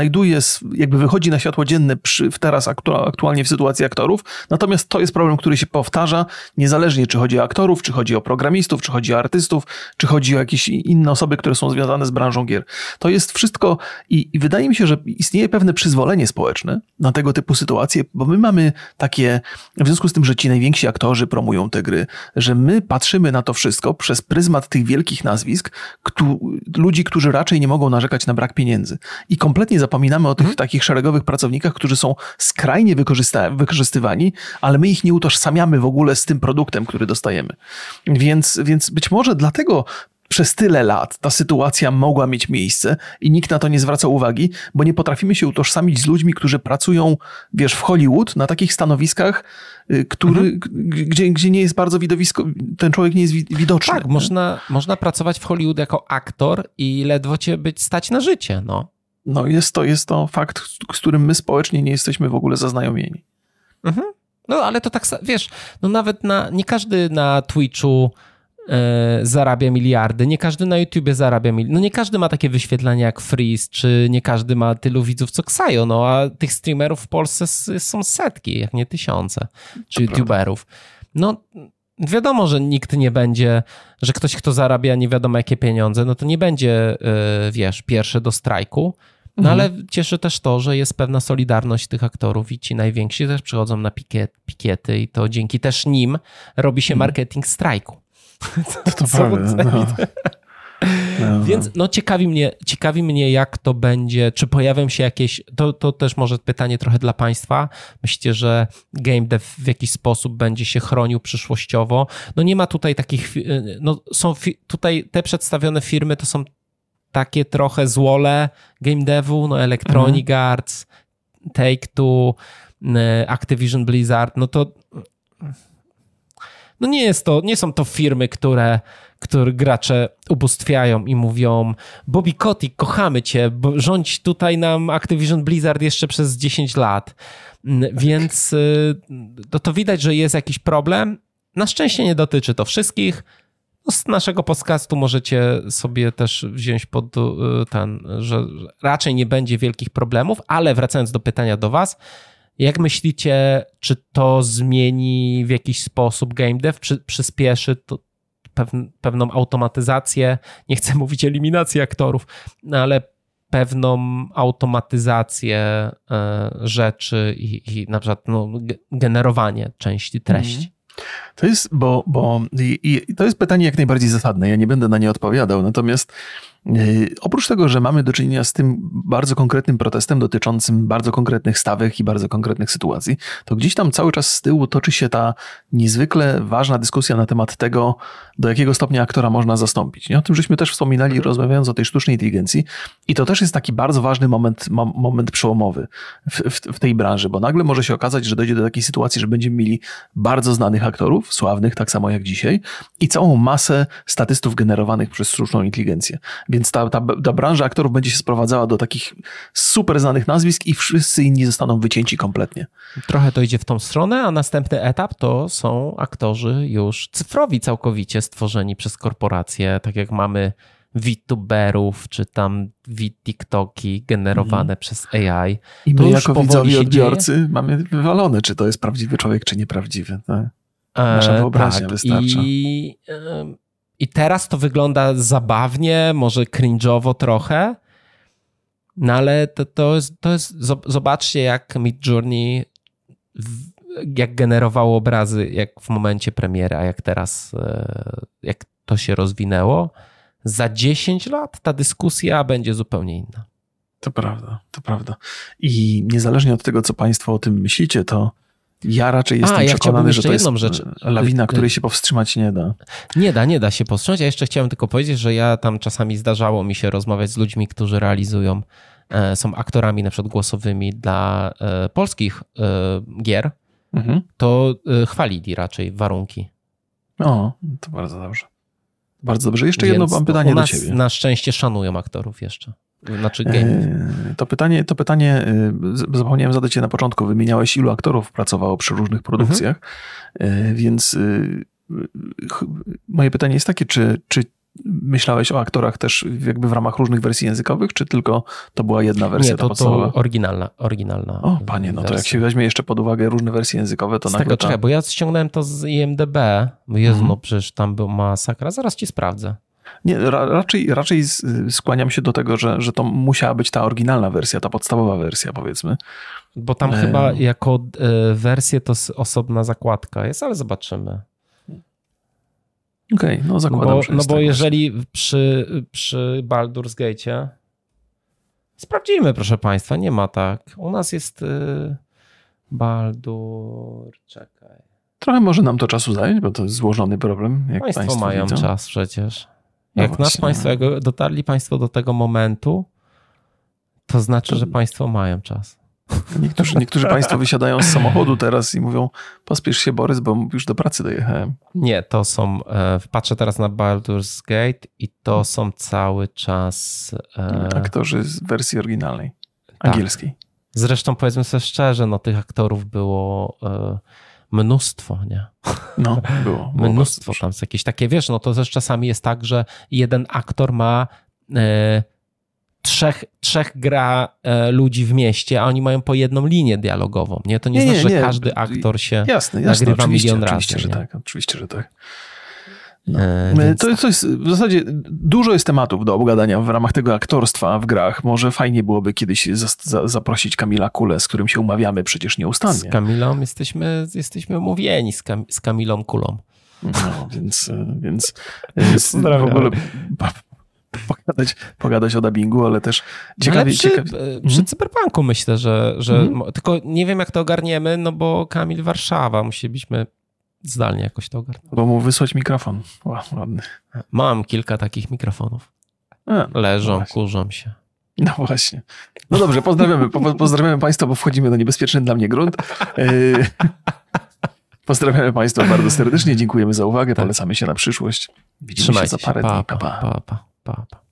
jakby wychodzi na światło dzienne teraz aktualnie w sytuacji aktorów, natomiast to jest problem, który się powtarza, niezależnie czy chodzi o aktorów, czy chodzi o programistów, czy chodzi o artystów, czy chodzi o jakieś inne osoby, które są związane z branżą gier. To jest wszystko i wydaje mi się, że istnieje pewne przyzwolenie społeczne na tego typu sytuacje, bo my mamy takie, w związku z tym, że ci najwięksi aktorzy promują te gry, że my patrzymy na to wszystko przez pryzmat tych wielkich nazwisk, ludzi, którzy raczej nie mogą narzekać na brak pieniędzy. I kompletnie zapominamy o tych takich szeregowych pracownikach, którzy są skrajnie wykorzystywani, ale my ich nie utożsamiamy w ogóle z tym produktem, który dostajemy. Więc być może dlatego przez tyle lat ta sytuacja mogła mieć miejsce i nikt na to nie zwraca uwagi, bo nie potrafimy się utożsamić z ludźmi, którzy pracują, wiesz, w Hollywood na takich stanowiskach, gdzie nie jest bardzo widowisko, ten człowiek nie jest widoczny.
Tak, można pracować w Hollywood jako aktor i ledwo cię stać na życie, no.
No jest to fakt, z którym my społecznie nie jesteśmy w ogóle zaznajomieni.
No ale to tak, wiesz, no nawet nie każdy na Twitchu zarabia miliardy, nie każdy na YouTubie zarabia miliardy, no nie każdy ma takie wyświetlenia jak Freeze, czy nie każdy ma tylu widzów co Ksajo, no a tych streamerów w Polsce są setki, jak nie tysiące, czy YouTuberów. No wiadomo, że nikt nie będzie, że ktoś, kto zarabia nie wiadomo jakie pieniądze, no to nie będzie, wiesz, pierwszy do strajku. No ale cieszy też to, że jest pewna solidarność tych aktorów i ci najwięksi też przychodzą na pikiety i to dzięki też nim robi się marketing strajku.
To prawda. No.
Więc no ciekawi mnie jak to będzie, czy pojawią się jakieś, to też może pytanie trochę dla państwa. Myślicie, że game dev w jakiś sposób będzie się chronił przyszłościowo? No nie ma tutaj takich, no są tutaj te przedstawione firmy to są takie trochę złole game devu, no Electronic Arts, Take-Two, Activision Blizzard, no to no nie są to firmy, które gracze ubóstwiają i mówią Bobby Kotick, kochamy cię, rządź tutaj nam Activision Blizzard jeszcze przez 10 lat. Więc to widać, że jest jakiś problem. Na szczęście nie dotyczy to wszystkich. Z naszego podcastu możecie sobie też wziąć pod że raczej nie będzie wielkich problemów, ale wracając do pytania do was, jak myślicie, czy to zmieni w jakiś sposób game dev, przyspieszy to pewną automatyzację, nie chcę mówić eliminacji aktorów, no ale pewną automatyzację rzeczy i na przykład generowanie części treści?
To jest, i to jest pytanie jak najbardziej zasadne, ja nie będę na nie odpowiadał, natomiast oprócz tego, że mamy do czynienia z tym bardzo konkretnym protestem dotyczącym bardzo konkretnych stawek i bardzo konkretnych sytuacji, to gdzieś tam cały czas z tyłu toczy się ta niezwykle ważna dyskusja na temat tego, do jakiego stopnia aktora można zastąpić. Nie? O tym żeśmy też wspominali, rozmawiając o tej sztucznej inteligencji i to też jest taki bardzo ważny moment przełomowy w tej branży, bo nagle może się okazać, że dojdzie do takiej sytuacji, że będziemy mieli bardzo znanych aktorów, sławnych, tak samo jak dzisiaj, i całą masę statystów generowanych przez sztuczną inteligencję. Więc ta branża aktorów będzie się sprowadzała do takich super znanych nazwisk i wszyscy inni zostaną wycięci kompletnie.
Trochę to idzie w tą stronę, a następny etap to są aktorzy już cyfrowi całkowicie stworzeni przez korporacje, tak jak mamy VTuberów, czy tam TikToki generowane przez AI.
I
to
my
już
jako widzowie,
się
odbiorcy
dzieje.
mamy wywalone, czy to jest prawdziwy człowiek, czy nieprawdziwy. Tak? Nasza wyobraźnia wystarcza.
I teraz to wygląda zabawnie, może cringe'owo trochę, no ale to jest zobaczcie jak Midjourney jak generowało obrazy, jak w momencie premiery, a jak teraz, jak to się rozwinęło. Za 10 lat ta dyskusja będzie zupełnie inna.
To prawda. I niezależnie od tego, co państwo o tym myślicie, to ja raczej jestem przekonany, że to jest lawina, której się powstrzymać nie da.
Nie da się powstrzymać. Ja jeszcze chciałem tylko powiedzieć, że ja tam czasami zdarzało mi się rozmawiać z ludźmi, którzy realizują, są aktorami na przykład głosowymi dla polskich gier, to chwalili raczej warunki.
O, to bardzo dobrze. Bardzo dobrze. Jeszcze jedno mam pytanie do ciebie.
Na szczęście szanują aktorów jeszcze. Znaczy
To pytanie zapomniałem zadać je na początku. Wymieniałeś, ilu aktorów pracowało przy różnych produkcjach, więc moje pytanie jest takie, czy myślałeś o aktorach też jakby w ramach różnych wersji językowych, czy tylko to była jedna wersja?
Nie, to oryginalna.
O panie, no to jak się weźmie jeszcze pod uwagę różne wersje językowe, to nagle...
Czekaj, bo ja ściągnąłem to z IMDb. Jezu, no przecież tam był masakra. Zaraz ci sprawdzę.
Nie, raczej skłaniam się do tego, że to musiała być ta oryginalna wersja, ta podstawowa wersja, powiedzmy.
Bo tam chyba jako wersję to osobna zakładka jest, ale zobaczymy.
Okej, no zakładam, że
bo jeżeli przy Baldur's Gate'cie sprawdzimy, proszę państwa, nie ma tak. U nas jest czekaj.
Trochę może nam to czasu zająć, bo to jest złożony problem. Jak
Państwo mają
widzą.
czas przecież.
No
jak
właśnie.
jak dotarli państwo do tego momentu, to znaczy, że państwo mają czas.
Niektórzy państwo wysiadają z samochodu teraz i mówią, pospiesz się Borys, bo już do pracy dojechałem.
Nie, to są, patrzę teraz na Baldur's Gate i to są cały czas...
Aktorzy z wersji oryginalnej, angielskiej.
Tak. Zresztą powiedzmy sobie szczerze, no tych aktorów było mnóstwo, nie?
No, było.
Mnóstwo tam jest jakieś takie, wiesz, no to też czasami jest tak, że jeden aktor ma... Trzech gra ludzi w mieście, a oni mają po jedną linię dialogową. Nie? To nie znaczy, że każdy aktor się nagrywa milion razy.
Oczywiście, że tak. No. To jest w zasadzie dużo jest tematów do obgadania w ramach tego aktorstwa w grach. Może fajnie byłoby kiedyś zaprosić Kamila Kulę, z którym się umawiamy przecież nieustannie.
Z Kamilą jesteśmy umówieni, z Kamilą Kulą.
No, więc w ogóle pogadać o dubbingu, ale też ciekawie...
Przy Cyberpunku myślę, że tylko nie wiem jak to ogarniemy, no bo Kamil Warszawa, musielibyśmy zdalnie jakoś to ogarnąć.
Bo mu wysłać mikrofon. Ładny.
Mam kilka takich mikrofonów. Leżą, kurzą się.
No właśnie. No dobrze, pozdrawiamy Państwa, bo wchodzimy na niebezpieczny dla mnie grunt. Pozdrawiamy Państwa bardzo serdecznie, dziękujemy za uwagę, polecamy się na przyszłość. Widzimy się za parę dni. Pa.